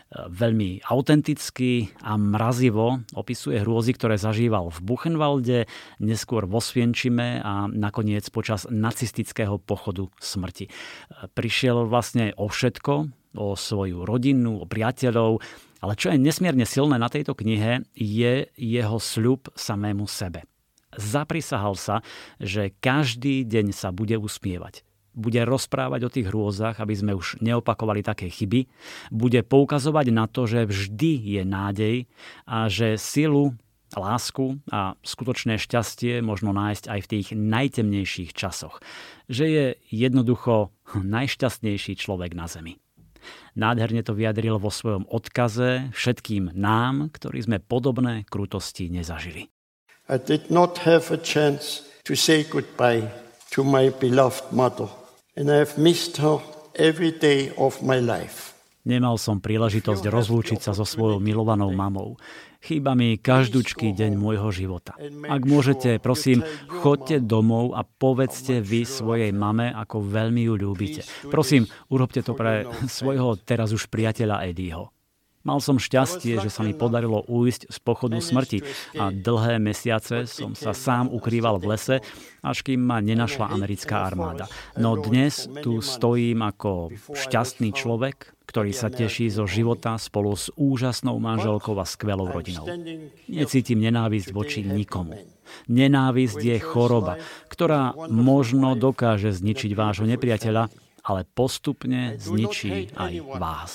Veľmi autenticky a mrazivo opisuje hrôzy, ktoré zažíval v Buchenwalde, neskôr vo Osvienčime a nakoniec počas nacistického pochodu smrti. Prišiel vlastne o všetko, o svoju rodinu, o priateľov, ale čo je nesmierne silné na tejto knihe, je jeho sľub samému sebe. Zaprisahal sa, že každý deň sa bude usmievať. Bude rozprávať o tých hrôzach, aby sme už neopakovali také chyby. Bude poukazovať na to, že vždy je nádej a že silu, lásku a skutočné šťastie možno nájsť aj v tých najtemnejších časoch. Že je jednoducho najšťastnejší človek na zemi. Nádherne to vyjadril vo svojom odkaze všetkým nám, ktorí sme podobné krutosti nezažili. I did not have a chance to say goodbye to my beloved mother, and I have missed her every day of my life. Nemal som príležitosť rozlúčiť sa so svojou milovanou mamou. Chýba mi každúčky deň môjho života. Ak môžete, prosím, choďte domov a povedzte vy svojej mame, ako veľmi ju ľúbite. Prosím, urobte to pre svojho teraz už priateľa Eddieho. Mal som šťastie, že sa mi podarilo újsť z pochodu smrti a dlhé mesiace som sa sám ukrýval v lese, až kým ma nenašla americká armáda. No dnes tu stojím ako šťastný človek, ktorý sa teší zo života spolu s úžasnou manželkou a skvelou rodinou. Necítim nenávisť voči nikomu. Nenávisť je choroba, ktorá možno dokáže zničiť vášho nepriateľa, ale postupne zničí aj vás.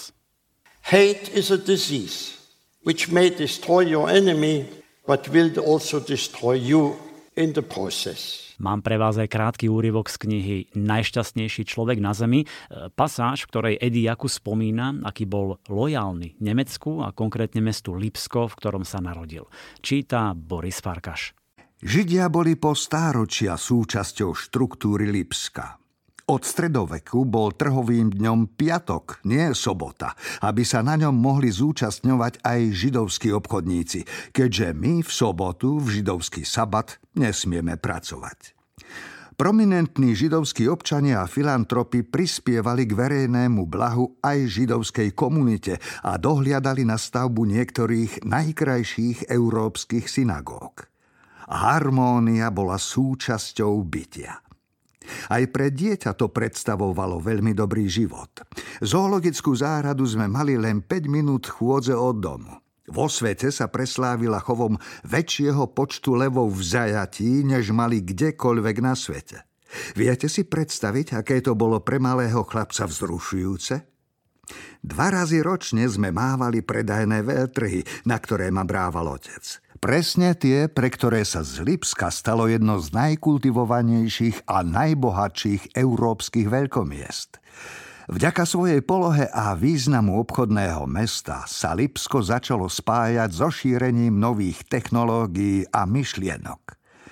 Hate is a disease which may destroy your enemy, but will also destroy you in the process. Mám pre vás aj krátky úryvok z knihy Najšťastnejší človek na zemi. Pasáž, v ktorej Eddie Jaku spomína, aký bol lojálny Nemecku a konkrétne mestu Lipsko, v ktorom sa narodil. Číta Boris Farkaš. Židia boli po stáročia súčasťou štruktúry Lipska. Od stredoveku bol trhovým dňom piatok, nie sobota, aby sa na ňom mohli zúčastňovať aj židovskí obchodníci, keďže my v sobotu, v židovský sabat, nesmieme pracovať. Prominentní židovskí občania a filantropi prispievali k verejnému blahu aj židovskej komunite a dohliadali na stavbu niektorých najkrajších európskych synagóg. Harmónia bola súčasťou bytia. Aj pre dieťa to predstavovalo veľmi dobrý život. Zoologickú záhradu sme mali len päť minút chôdze od domu. Vo svete sa preslávila chovom väčšieho počtu levov v zajatí, než mali kdekoľvek na svete. Viete si predstaviť, aké to bolo pre malého chlapca vzrušujúce? Dva razy ročne sme mávali predajné veľtrhy, na ktoré ma brával otec. Presne tie, pre ktoré sa z Lipska stalo jedno z najkultivovanejších a najbohatších európskych veľkomiest. Vďaka svojej polohe a významu obchodného mesta sa Lipsko začalo spájať so šírením nových technológií a myšlienok.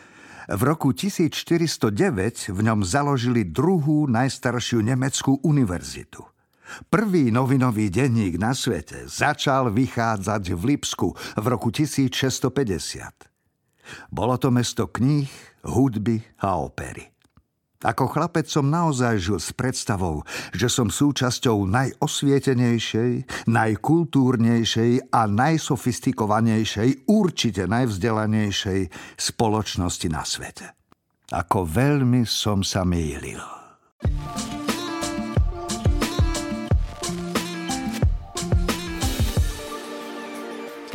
V roku tisícštyristodeväť v ňom založili druhú najstaršiu nemeckú univerzitu. Prvý novinový denník na svete začal vychádzať v Lipsku v roku tisícšesťstopäťdesiat. Bolo to mesto kníh, hudby a opery. Ako chlapec som naozaj žil s predstavou, že som súčasťou najosvietenejšej, najkultúrnejšej a najsofistikovanejšej, určite najvzdelanejšej spoločnosti na svete. Ako veľmi som sa mýlil.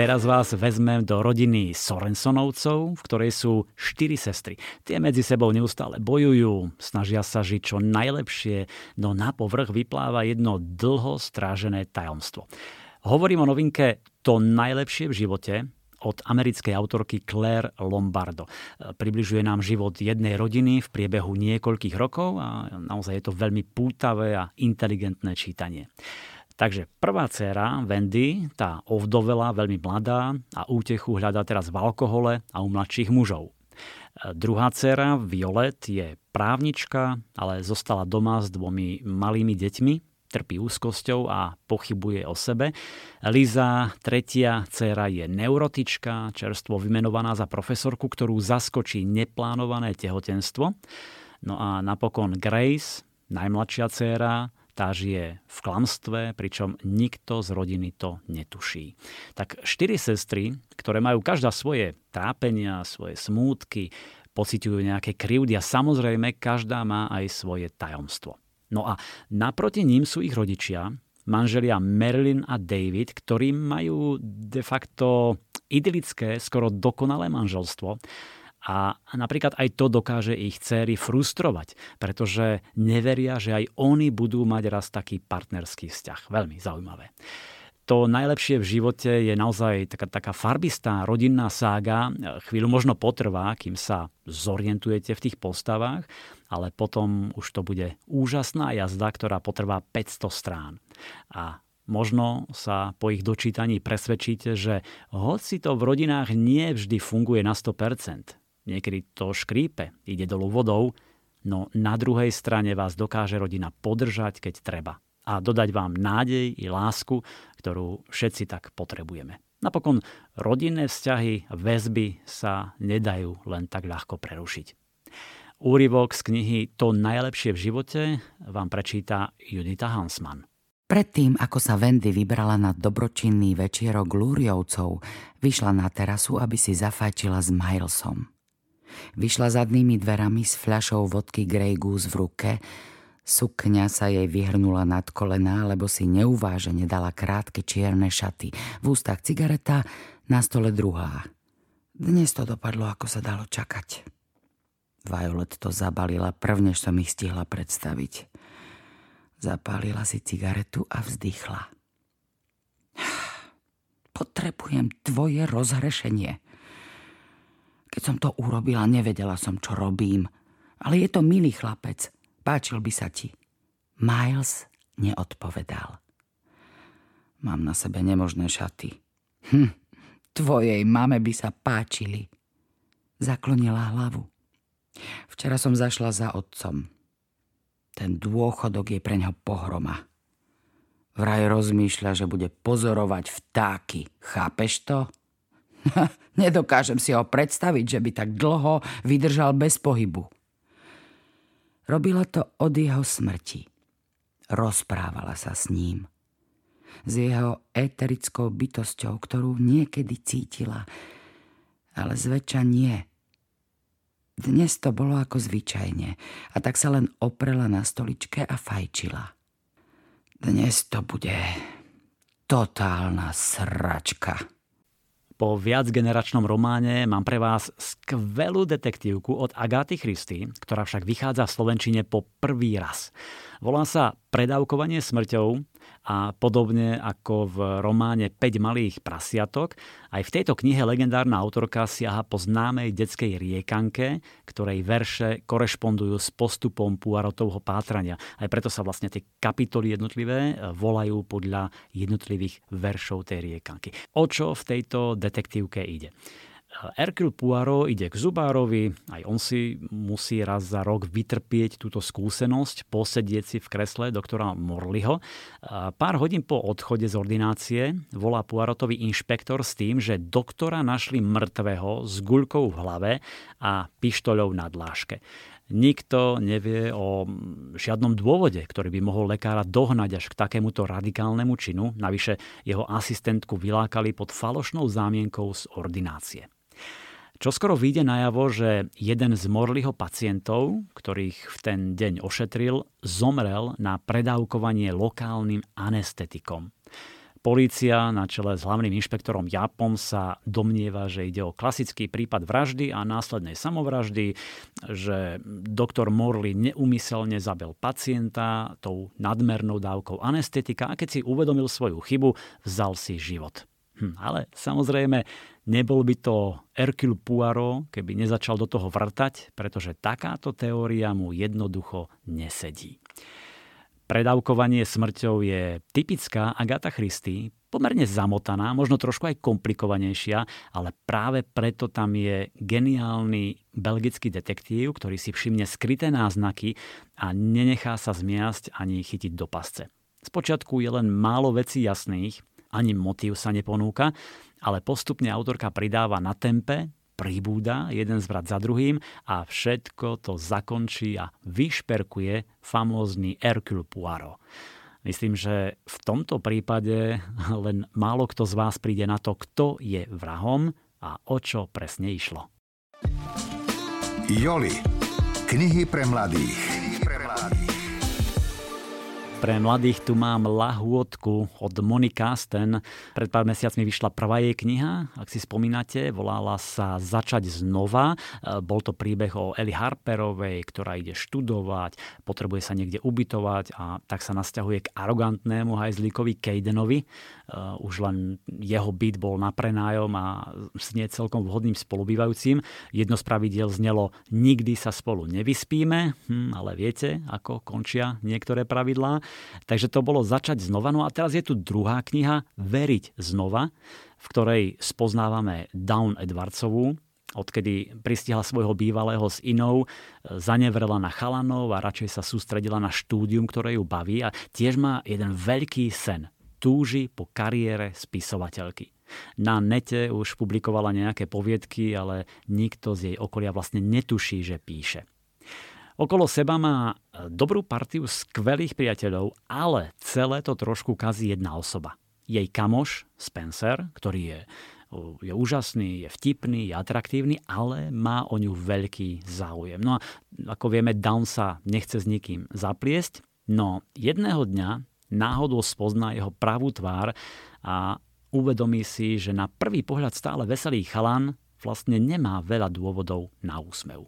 Teraz vás vezmem do rodiny Sorensonovcov, v ktorej sú štyri sestry. Tie medzi sebou neustále bojujú, snažia sa žiť čo najlepšie, no na povrch vypláva jedno dlho strážené tajomstvo. Hovorím o novinke To najlepšie v živote od americkej autorky Claire Lombardo. Približuje nám život jednej rodiny v priebehu niekoľkých rokov a naozaj je to veľmi pútavé a inteligentné čítanie. Takže prvá dcéra, Wendy, tá ovdovela, veľmi mladá a útechu hľadá teraz v alkohole a u mladších mužov. Druhá dcéra, Violet, je právnička, ale zostala doma s dvomi malými deťmi, trpí úzkosťou a pochybuje o sebe. Liza, tretia dcéra, je neurotička, čerstvo vymenovaná za profesorku, ktorú zaskočí neplánované tehotenstvo. No a napokon Grace, najmladšia dcéra, tá žije v klamstve, pričom nikto z rodiny to netuší. Tak štyri sestry, ktoré majú každá svoje trápenia, svoje smútky, pociťujú nejaké krivdy a samozrejme každá má aj svoje tajomstvo. No a naproti ním sú ich rodičia, manželia Marilyn a David, ktorí majú de facto idylické, skoro dokonalé manželstvo. A napríklad aj to dokáže ich dcéry frustrovať, pretože neveria, že aj oni budú mať raz taký partnerský vzťah. Veľmi zaujímavé. To najlepšie v živote je naozaj taká, taká farbistá rodinná sága. Chvíľu možno potrvá, kým sa zorientujete v tých postavách, ale potom už to bude úžasná jazda, ktorá potrvá päťsto strán. A možno sa po ich dočítaní presvedčíte, že hoci to v rodinách nie vždy funguje na sto percent, niekedy to škrípe, ide dolu vodou, no na druhej strane vás dokáže rodina podržať, keď treba. A dodať vám nádej i lásku, ktorú všetci tak potrebujeme. Napokon rodinné vzťahy, väzby sa nedajú len tak ľahko prerušiť. Úryvok z knihy To najlepšie v živote vám prečíta Judita Hansmann. Predtým, ako sa Wendy vybrala na dobročinný večierok Lúriovcov, vyšla na terasu, aby si zafajčila s Milesom. Vyšla zadnými dverami s fľašou vodky Grey Goose v ruke. Sukňa sa jej vyhrnula nad kolená, lebo si neuvážene dala krátke čierne šaty. V ústach cigareta, na stole druhá. Dnes to dopadlo, ako sa dalo čakať. Violet to zabalila prv, než som ich stihla predstaviť. Zapálila si cigaretu a vzdychla. Potrebujem tvoje rozhrešenie. Keď som to urobila, nevedela som, čo robím. Ale je to milý chlapec. Páčil by sa ti. Miles neodpovedal. Mám na sebe nemožné šaty. Hm, tvojej mame by sa páčili. Zaklonila hlavu. Včera som zašla za otcom. Ten dôchodok je preňho pohroma. Vraj rozmýšľa, že bude pozorovať vtáky. Chápeš to? Nedokážem si ho predstaviť, že by tak dlho vydržal bez pohybu. Robila to od jeho smrti. Rozprávala sa s ním. S jeho éterickou bytosťou, ktorú niekedy cítila, ale zväčša nie. Dnes to bolo ako zvyčajne a tak sa len oprela na stoličke a fajčila. Dnes to bude totálna sračka. Po viacgeneračnom románe mám pre vás skvelú detektívku od Agáty Christie, ktorá však vychádza v slovenčine po prvý raz. Volá sa Predávkovanie smrťou a podobne ako v románe päť malých prasiatok, aj v tejto knihe legendárna autorka siaha po známej detskej riekanke, ktorej verše korešpondujú s postupom Poirotovho pátrania. Aj preto sa vlastne tie kapitoly jednotlivé volajú podľa jednotlivých veršov tej riekanky. O čo v tejto detektívke ide? Hercule Poirot ide k zubárovi, aj on si musí raz za rok vytrpieť túto skúsenosť, posedieť si v kresle doktora Morleyho. Pár hodín po odchode z ordinácie volá Poirotovi inšpektor s tým, že doktora našli mŕtvého s guľkou v hlave a pištoľou na dláške. Nikto nevie o žiadnom dôvode, ktorý by mohol lekára dohnať až k takémuto radikálnemu činu. Navyše jeho asistentku vylákali pod falošnou zámienkou z ordinácie. Čoskoro vyjde najavo, že jeden z Morleyho pacientov, ktorých v ten deň ošetril, zomrel na predávkovanie lokálnym anestetikom. Polícia na čele s hlavným inšpektorom Japom sa domnieva, že ide o klasický prípad vraždy a následnej samovraždy, že doktor Morley neúmyselne zabil pacienta tou nadmernou dávkou anestetika a keď si uvedomil svoju chybu, vzal si život. Hm, ale samozrejme, nebol by to Hercule Poirot, keby nezačal do toho vrtať, pretože takáto teória mu jednoducho nesedí. Predávkovanie smrťou je typická Agatha Christie, pomerne zamotaná, možno trošku aj komplikovanejšia, ale práve preto tam je geniálny belgický detektív, ktorý si všimne skryté náznaky a nenechá sa zmiasť ani chytiť do pasce. Spočiatku je len málo vecí jasných, ani motív sa neponúka, ale postupne autorka pridáva na tempe, pribúda jeden zvrat za druhým a všetko to zakončí a vyšperkuje famózny Hercule Poirot. Myslím, že v tomto prípade len málo kto z vás príde na to, kto je vrahom a o čo presne išlo. Joli. Knihy pre mladých. Pre mladých tu mám lahôdku od Moniky Kasten. Pred pár mesiacmi vyšla prvá jej kniha, ak si spomínate, volala sa Začať znova. Bol to príbeh o Ellie Harperovej, ktorá ide študovať, potrebuje sa niekde ubytovať a tak sa nasťahuje k arogantnému hajzlíkovi Cadenovi. Už len jeho byt bol na prenájom a znie celkom vhodným spolubývajúcim. Jedno z pravidiel znelo nikdy sa spolu nevyspíme, hm, ale viete, ako končia niektoré pravidlá. Takže to bolo Začať znova. No a teraz je tu druhá kniha Veriť znova, v ktorej spoznávame Dawn Edwardsovú, odkedy pristihla svojho bývalého s inou, zanevrela na chalanov a radšej sa sústredila na štúdium, ktoré ju baví a tiež má jeden veľký sen. Túži po kariére spisovateľky. Na nete už publikovala nejaké poviedky, ale nikto z jej okolia vlastne netuší, že píše. Okolo seba má dobrú partiu skvelých priateľov, ale celé to trošku kazí jedna osoba. Jej kamoš Spencer, ktorý je, je úžasný, je vtipný, je atraktívny, ale má o ňu veľký záujem. No a ako vieme, Dawn sa nechce s nikým zapliesť, no jedného dňa náhodou spozná jeho pravú tvár a uvedomí si, že na prvý pohľad stále veselý chalan vlastne nemá veľa dôvodov na úsmev.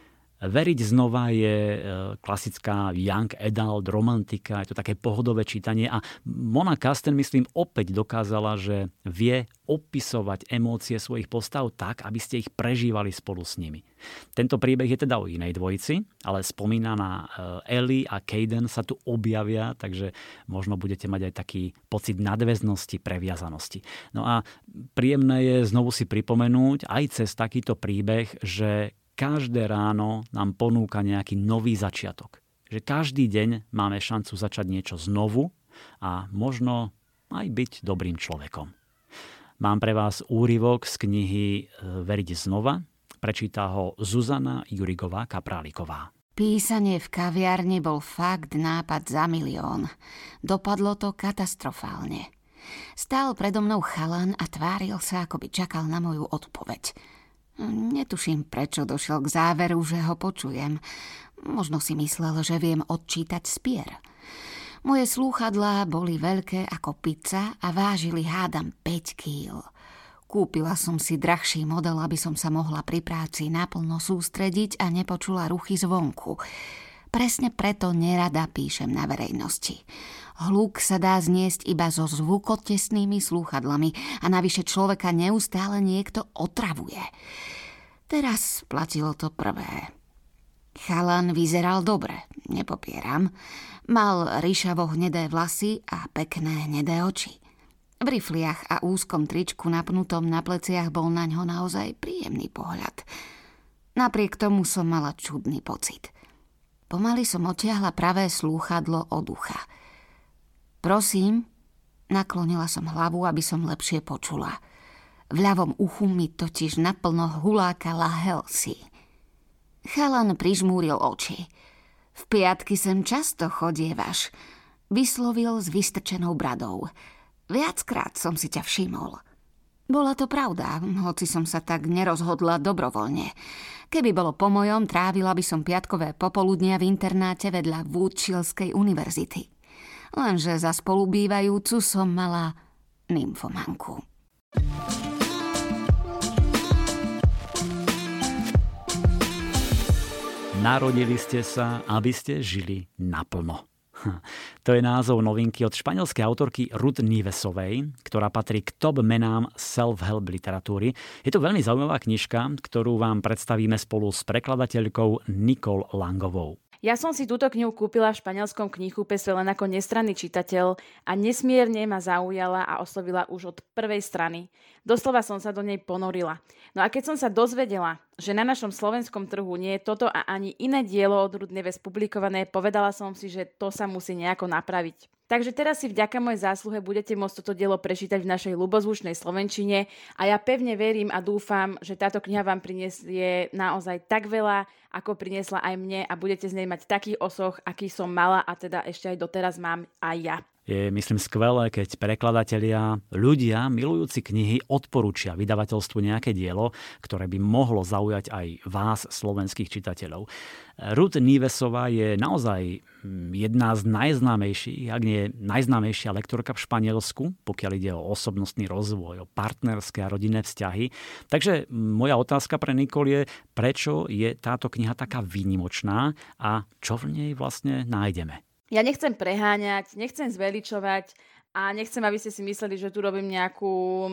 Veriť znova je klasická young adult romantika, je to také pohodové čítanie a Mona Kasten, myslím, opäť dokázala, že vie opisovať emócie svojich postav tak, aby ste ich prežívali spolu s nimi. Tento príbeh je teda o inej dvojici, ale spomínaná Ellie a Caden sa tu objavia, takže možno budete mať aj taký pocit nadväznosti, previazanosti. No a príjemné je znovu si pripomenúť aj cez takýto príbeh, že každé ráno nám ponúka nejaký nový začiatok. Že každý deň máme šancu začať niečo znovu a možno aj byť dobrým človekom. Mám pre vás úryvok z knihy Veriť znova. Prečíta ho Zuzana Jurigová-Kapráliková. Písanie v kaviarni bol fakt nápad za milión. Dopadlo to katastrofálne. Stál predo mnou chalan a tváril sa, ako by čakal na moju odpoveď. Netuším, prečo došiel k záveru, že ho počujem. Možno si myslel, že viem odčítať spier. Moje slúchadlá boli veľké ako pizza a vážili hádam päť kíl. Kúpila som si drahší model, aby som sa mohla pri práci naplno sústrediť a nepočula ruchy zvonku. Presne preto nerada píšem na verejnosti. Hluk sa dá zniesť iba so zvukotesnými slúchadlami a navyše človeka neustále niekto otravuje. Teraz platilo to prvé. Chalan vyzeral dobre, nepopieram. Mal ryšavo hnedé vlasy a pekné hnedé oči. V rifliach a úzkom tričku napnutom na pleciach bol naňho naozaj príjemný pohľad. Napriek tomu som mala čudný pocit. Pomaly som odtiahla pravé slúchadlo od ucha. Prosím, naklonila som hlavu, aby som lepšie počula. V ľavom uchu mi totiž naplno hulákala Halsey. Chalan prižmúril oči. V piatky sem často chodievaš, vyslovil s vystrčenou bradou. Viackrát som si ťa všimol. Bola to pravda, hoci som sa tak nerozhodla dobrovoľne. Keby bolo po mojom, trávila by som piatkové popoludnia v internáte vedľa Woodshillskej univerzity. Lenže za spolubývajúcu som mala nymfomanku. Narodili ste sa, aby ste žili naplno. To je názov novinky od španielskej autorky Ruth Nivesovej, ktorá patrí k top menám self-help literatúry. Je to veľmi zaujímavá knižka, ktorú vám predstavíme spolu s prekladateľkou Nicole Langovou. Ja som si túto knihu kúpila v španielskom knihkupectve len ako nestranný čitateľ a nesmierne ma zaujala a oslovila už od prvej strany. Doslova som sa do nej ponorila. No a keď som sa dozvedela, že na našom slovenskom trhu nie je toto a ani iné dielo od Ruth Nieves publikované, povedala som si, že to sa musí nejako napraviť. Takže teraz si vďaka mojej zásluhe budete môcť toto dielo prečítať v našej ľubozvučnej slovenčine a ja pevne verím a dúfam, že táto kniha vám prinesie naozaj tak veľa, ako priniesla aj mne a budete z nej mať taký osoch, aký som mala a teda ešte aj doteraz mám aj ja. Je, myslím, skvelé, keď prekladatelia, ľudia milujúci knihy odporúčia vydavateľstvu nejaké dielo, ktoré by mohlo zaujať aj vás, slovenských čitateľov. Ruth Nivesová je naozaj jedna z najznámejších, ak nie najznámejšia lektorka v Španielsku, pokiaľ ide o osobnostný rozvoj, o partnerské a rodinné vzťahy. Takže moja otázka pre Nicole je, prečo je táto kniha taká výnimočná a čo v nej vlastne nájdeme? Ja nechcem preháňať, nechcem zveličovať a nechcem, aby ste si mysleli, že tu robím nejakú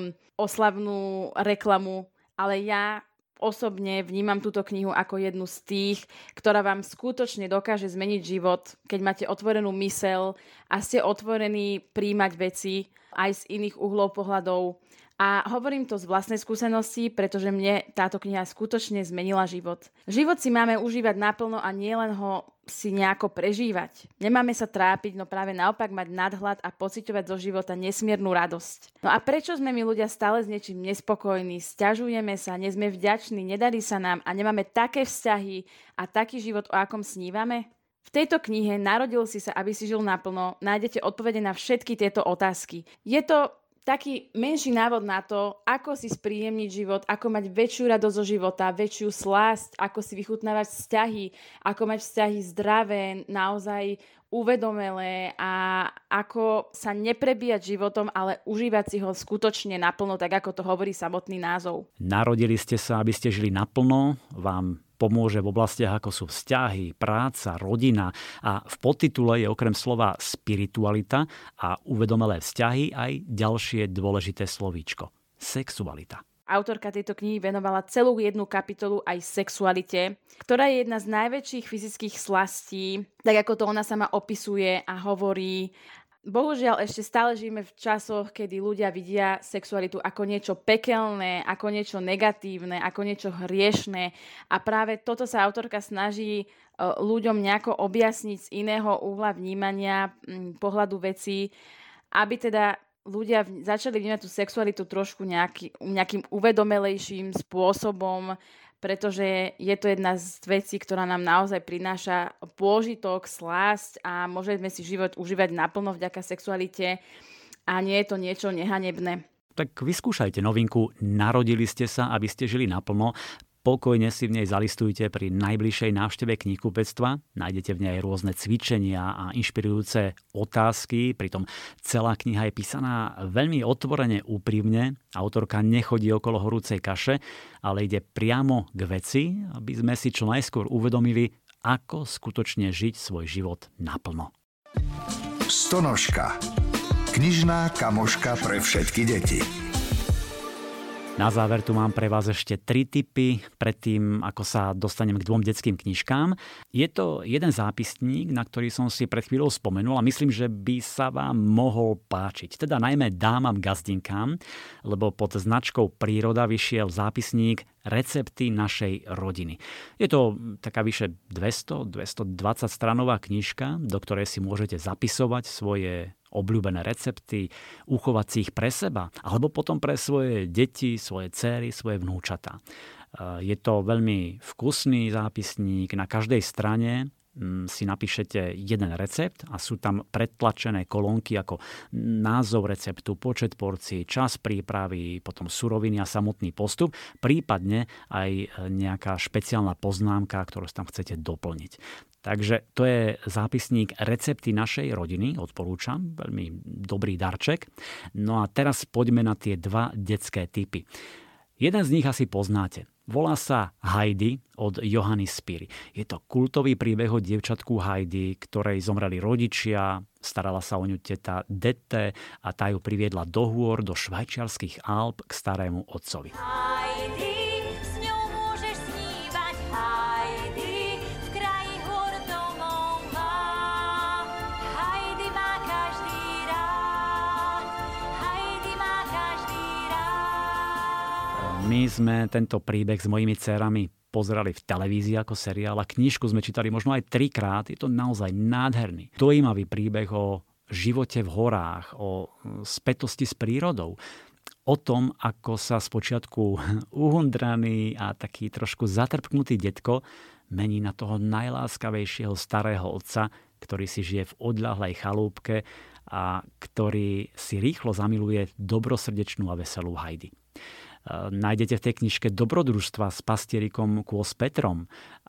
oslavnú reklamu, ale ja osobne vnímam túto knihu ako jednu z tých, ktorá vám skutočne dokáže zmeniť život, keď máte otvorenú myseľ a ste otvorení príjmať veci aj z iných uhlov pohľadov. A hovorím to z vlastnej skúsenosti, pretože mne táto kniha skutočne zmenila život. Život si máme užívať naplno a nielen ho si nejako prežívať. Nemáme sa trápiť, no práve naopak mať nadhľad a pociťovať zo života nesmiernu radosť. No a prečo sme my ľudia stále s niečím nespokojní, sťažujeme sa, nie sme vďační, nedarí sa nám a nemáme také vzťahy a taký život, o akom snívame? V tejto knihe Narodil si sa, aby si žil naplno, nájdete odpovede na všetky tieto otázky. Je to taký menší návod na to, ako si spríjemniť život, ako mať väčšiu radosť zo života, väčšiu slásť, ako si vychutnávať vzťahy, ako mať vzťahy zdravé, naozaj uvedomelé a ako sa neprebíjať životom, ale užívať si ho skutočne naplno, tak ako to hovorí samotný názov. Narodili ste sa, aby ste žili naplno, vám pomôže v oblastiach ako sú vzťahy, práca, rodina a v podtitule je okrem slova spiritualita a uvedomelé vzťahy aj ďalšie dôležité slovíčko – sexualita. Autorka tejto knihy venovala celú jednu kapitolu aj sexualite, ktorá je jedna z najväčších fyzických slastí, tak ako to ona sama opisuje a hovorí. Bohužiaľ ešte stále žijeme v časoch, kedy ľudia vidia sexualitu ako niečo pekelné, ako niečo negatívne, ako niečo hriešné a práve toto sa autorka snaží ľuďom nejako objasniť z iného uhla vnímania, pohľadu vecí, aby teda ľudia začali vnímať tú sexualitu trošku nejaký, nejakým uvedomelejším spôsobom, pretože je to jedna z vecí, ktorá nám naozaj prináša pôžitok, slásť a môžeme si život užívať naplno vďaka sexualite a nie je to niečo nehanebné. Tak vyskúšajte novinku Narodili ste sa, aby ste žili naplno. Pokojne si v nej zalistujte pri najbližšej návšteve knihkupectva. Nájdete v nej rôzne cvičenia a inšpirujúce otázky. Pritom celá kniha je písaná veľmi otvorene, úprimne. Autorka nechodí okolo horúcej kaše, ale ide priamo k veci, aby sme si čo najskôr uvedomili, ako skutočne žiť svoj život naplno. Stonožka. Knižná kamoška pre všetky deti. Na záver tu mám pre vás ešte tri tipy predtým, ako sa dostanem k dvom detským knižkám. Je to jeden zápisník, na ktorý som si pred chvíľou spomenul a myslím, že by sa vám mohol páčiť. Teda najmä dámam gazdinkám, lebo pod značkou Príroda vyšiel zápisník Recepty našej rodiny. Je to taká vyše dvesto až dvestodvadsať stranová knižka, do ktorej si môžete zapisovať svoje obľúbené recepty, uchovať si ich pre seba, alebo potom pre svoje deti, svoje dcéry, svoje vnúčatá. Je to veľmi vkusný zápisník, na každej strane si napíšete jeden recept a sú tam predtlačené kolónky ako názov receptu, počet porcií, čas prípravy, potom suroviny a samotný postup, prípadne aj nejaká špeciálna poznámka, ktorú tam chcete doplniť. Takže to je zápisník Recepty našej rodiny, odporúčam, veľmi dobrý darček. No a teraz poďme na tie dva detské tipy. Jeden z nich asi poznáte. Volá sa Heidi od Johanny Spyri. Je to kultový príbeh o dievčatku Heidi, ktorej zomreli rodičia, starala sa o ňu teta Dete a tá ju priviedla do hôr, do švajčiarskych Alp k starému otcovi. Heidi, s ňou môžeš snívať, Heidi, v kraji hôr domov má. Heidi má každý rád, Heidi má každý rád. My sme tento príbeh s mojimi dcerami pozerali v televízii ako seriál a knižku sme čítali možno aj trikrát. Je to naozaj nádherný, dojímavý príbeh o živote v horách, o spätosti s prírodou. O tom, ako sa spočiatku uhundraný a taký trošku zatrpknutý detko mení na toho najláskavejšieho starého otca, ktorý si žije v odľahlej chalúbke a ktorý si rýchlo zamiluje dobrosrdečnú a veselú Heidi. Nájdete v tej knižke dobrodružstva s pastierikom Kôs Petrom,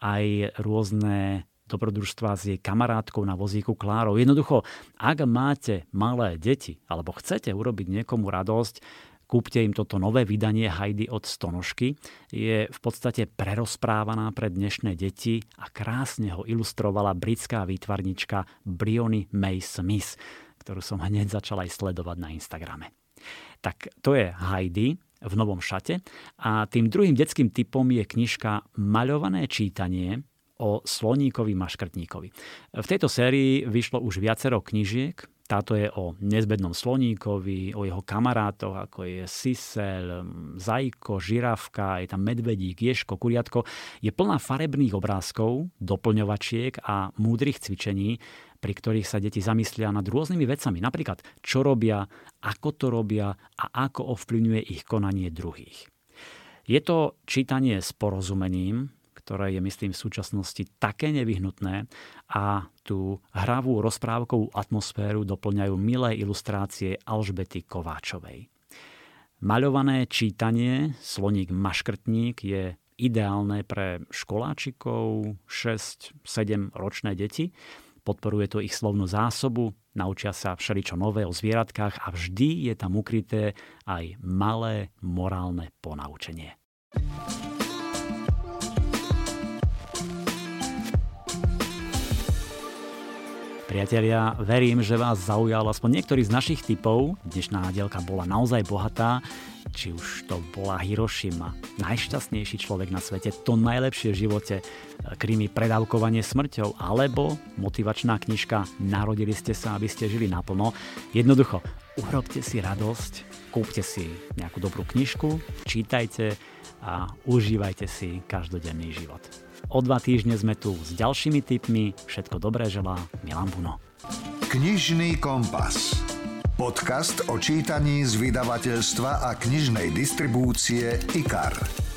aj rôzne dobrodružstva s jej kamarátkou na vozíku Klárou. Jednoducho, ak máte malé deti alebo chcete urobiť niekomu radosť, kúpte im toto nové vydanie Heidi od Stonožky. Je v podstate prerozprávaná pre dnešné deti a krásne ho ilustrovala britská výtvarnička Bryony May Smith, ktorú som hneď začal aj sledovať na Instagrame. Tak to je Heidi v novom šate. A tým druhým detským typom je knižka Maľované čítanie o sloníkovi maškrtníkovi. V tejto sérii vyšlo už viacero knižiek. Táto je o nezbednom sloníkovi, o jeho kamarátoch, ako je sisel, zajko, žirafka, je tam medvedík, ježko, kuriatko. Je plná farebných obrázkov, doplňovačiek a múdrych cvičení, pri ktorých sa deti zamyslia nad rôznymi vecami. Napríklad, čo robia, ako to robia a ako ovplyvňuje ich konanie druhých. Je to čítanie s porozumením, ktoré je, myslím, v súčasnosti také nevyhnutné a tú hravú rozprávkovú atmosféru doplňajú milé ilustrácie Alžbety Kováčovej. Maľované čítanie Sloník maškrtník je ideálne pre školáčikov, šesť sedem ročné deti. Podporuje to ich slovnú zásobu, naučia sa všeličo nové o zvieratkách a vždy je tam ukryté aj malé morálne ponaučenie. Priatelia, verím, že vás zaujal aspoň niektorý z našich tipov. Dnešná dielka bola naozaj bohatá. Či už to bola Hirošima, najšťastnejší človek na svete, to najlepšie v živote, krimi Predávkovanie smrťou, alebo motivačná knižka Narodili ste sa, aby ste žili naplno. Jednoducho, urobte si radosť, kúpte si nejakú dobrú knižku, čítajte a užívajte si každodenný život. O dva týždne sme tu s ďalšími tipmi. Všetko dobré želá Milan Buno. Knižný kompas. Podcast o čítaní z vydavateľstva a knižnej distribúcie IKAR.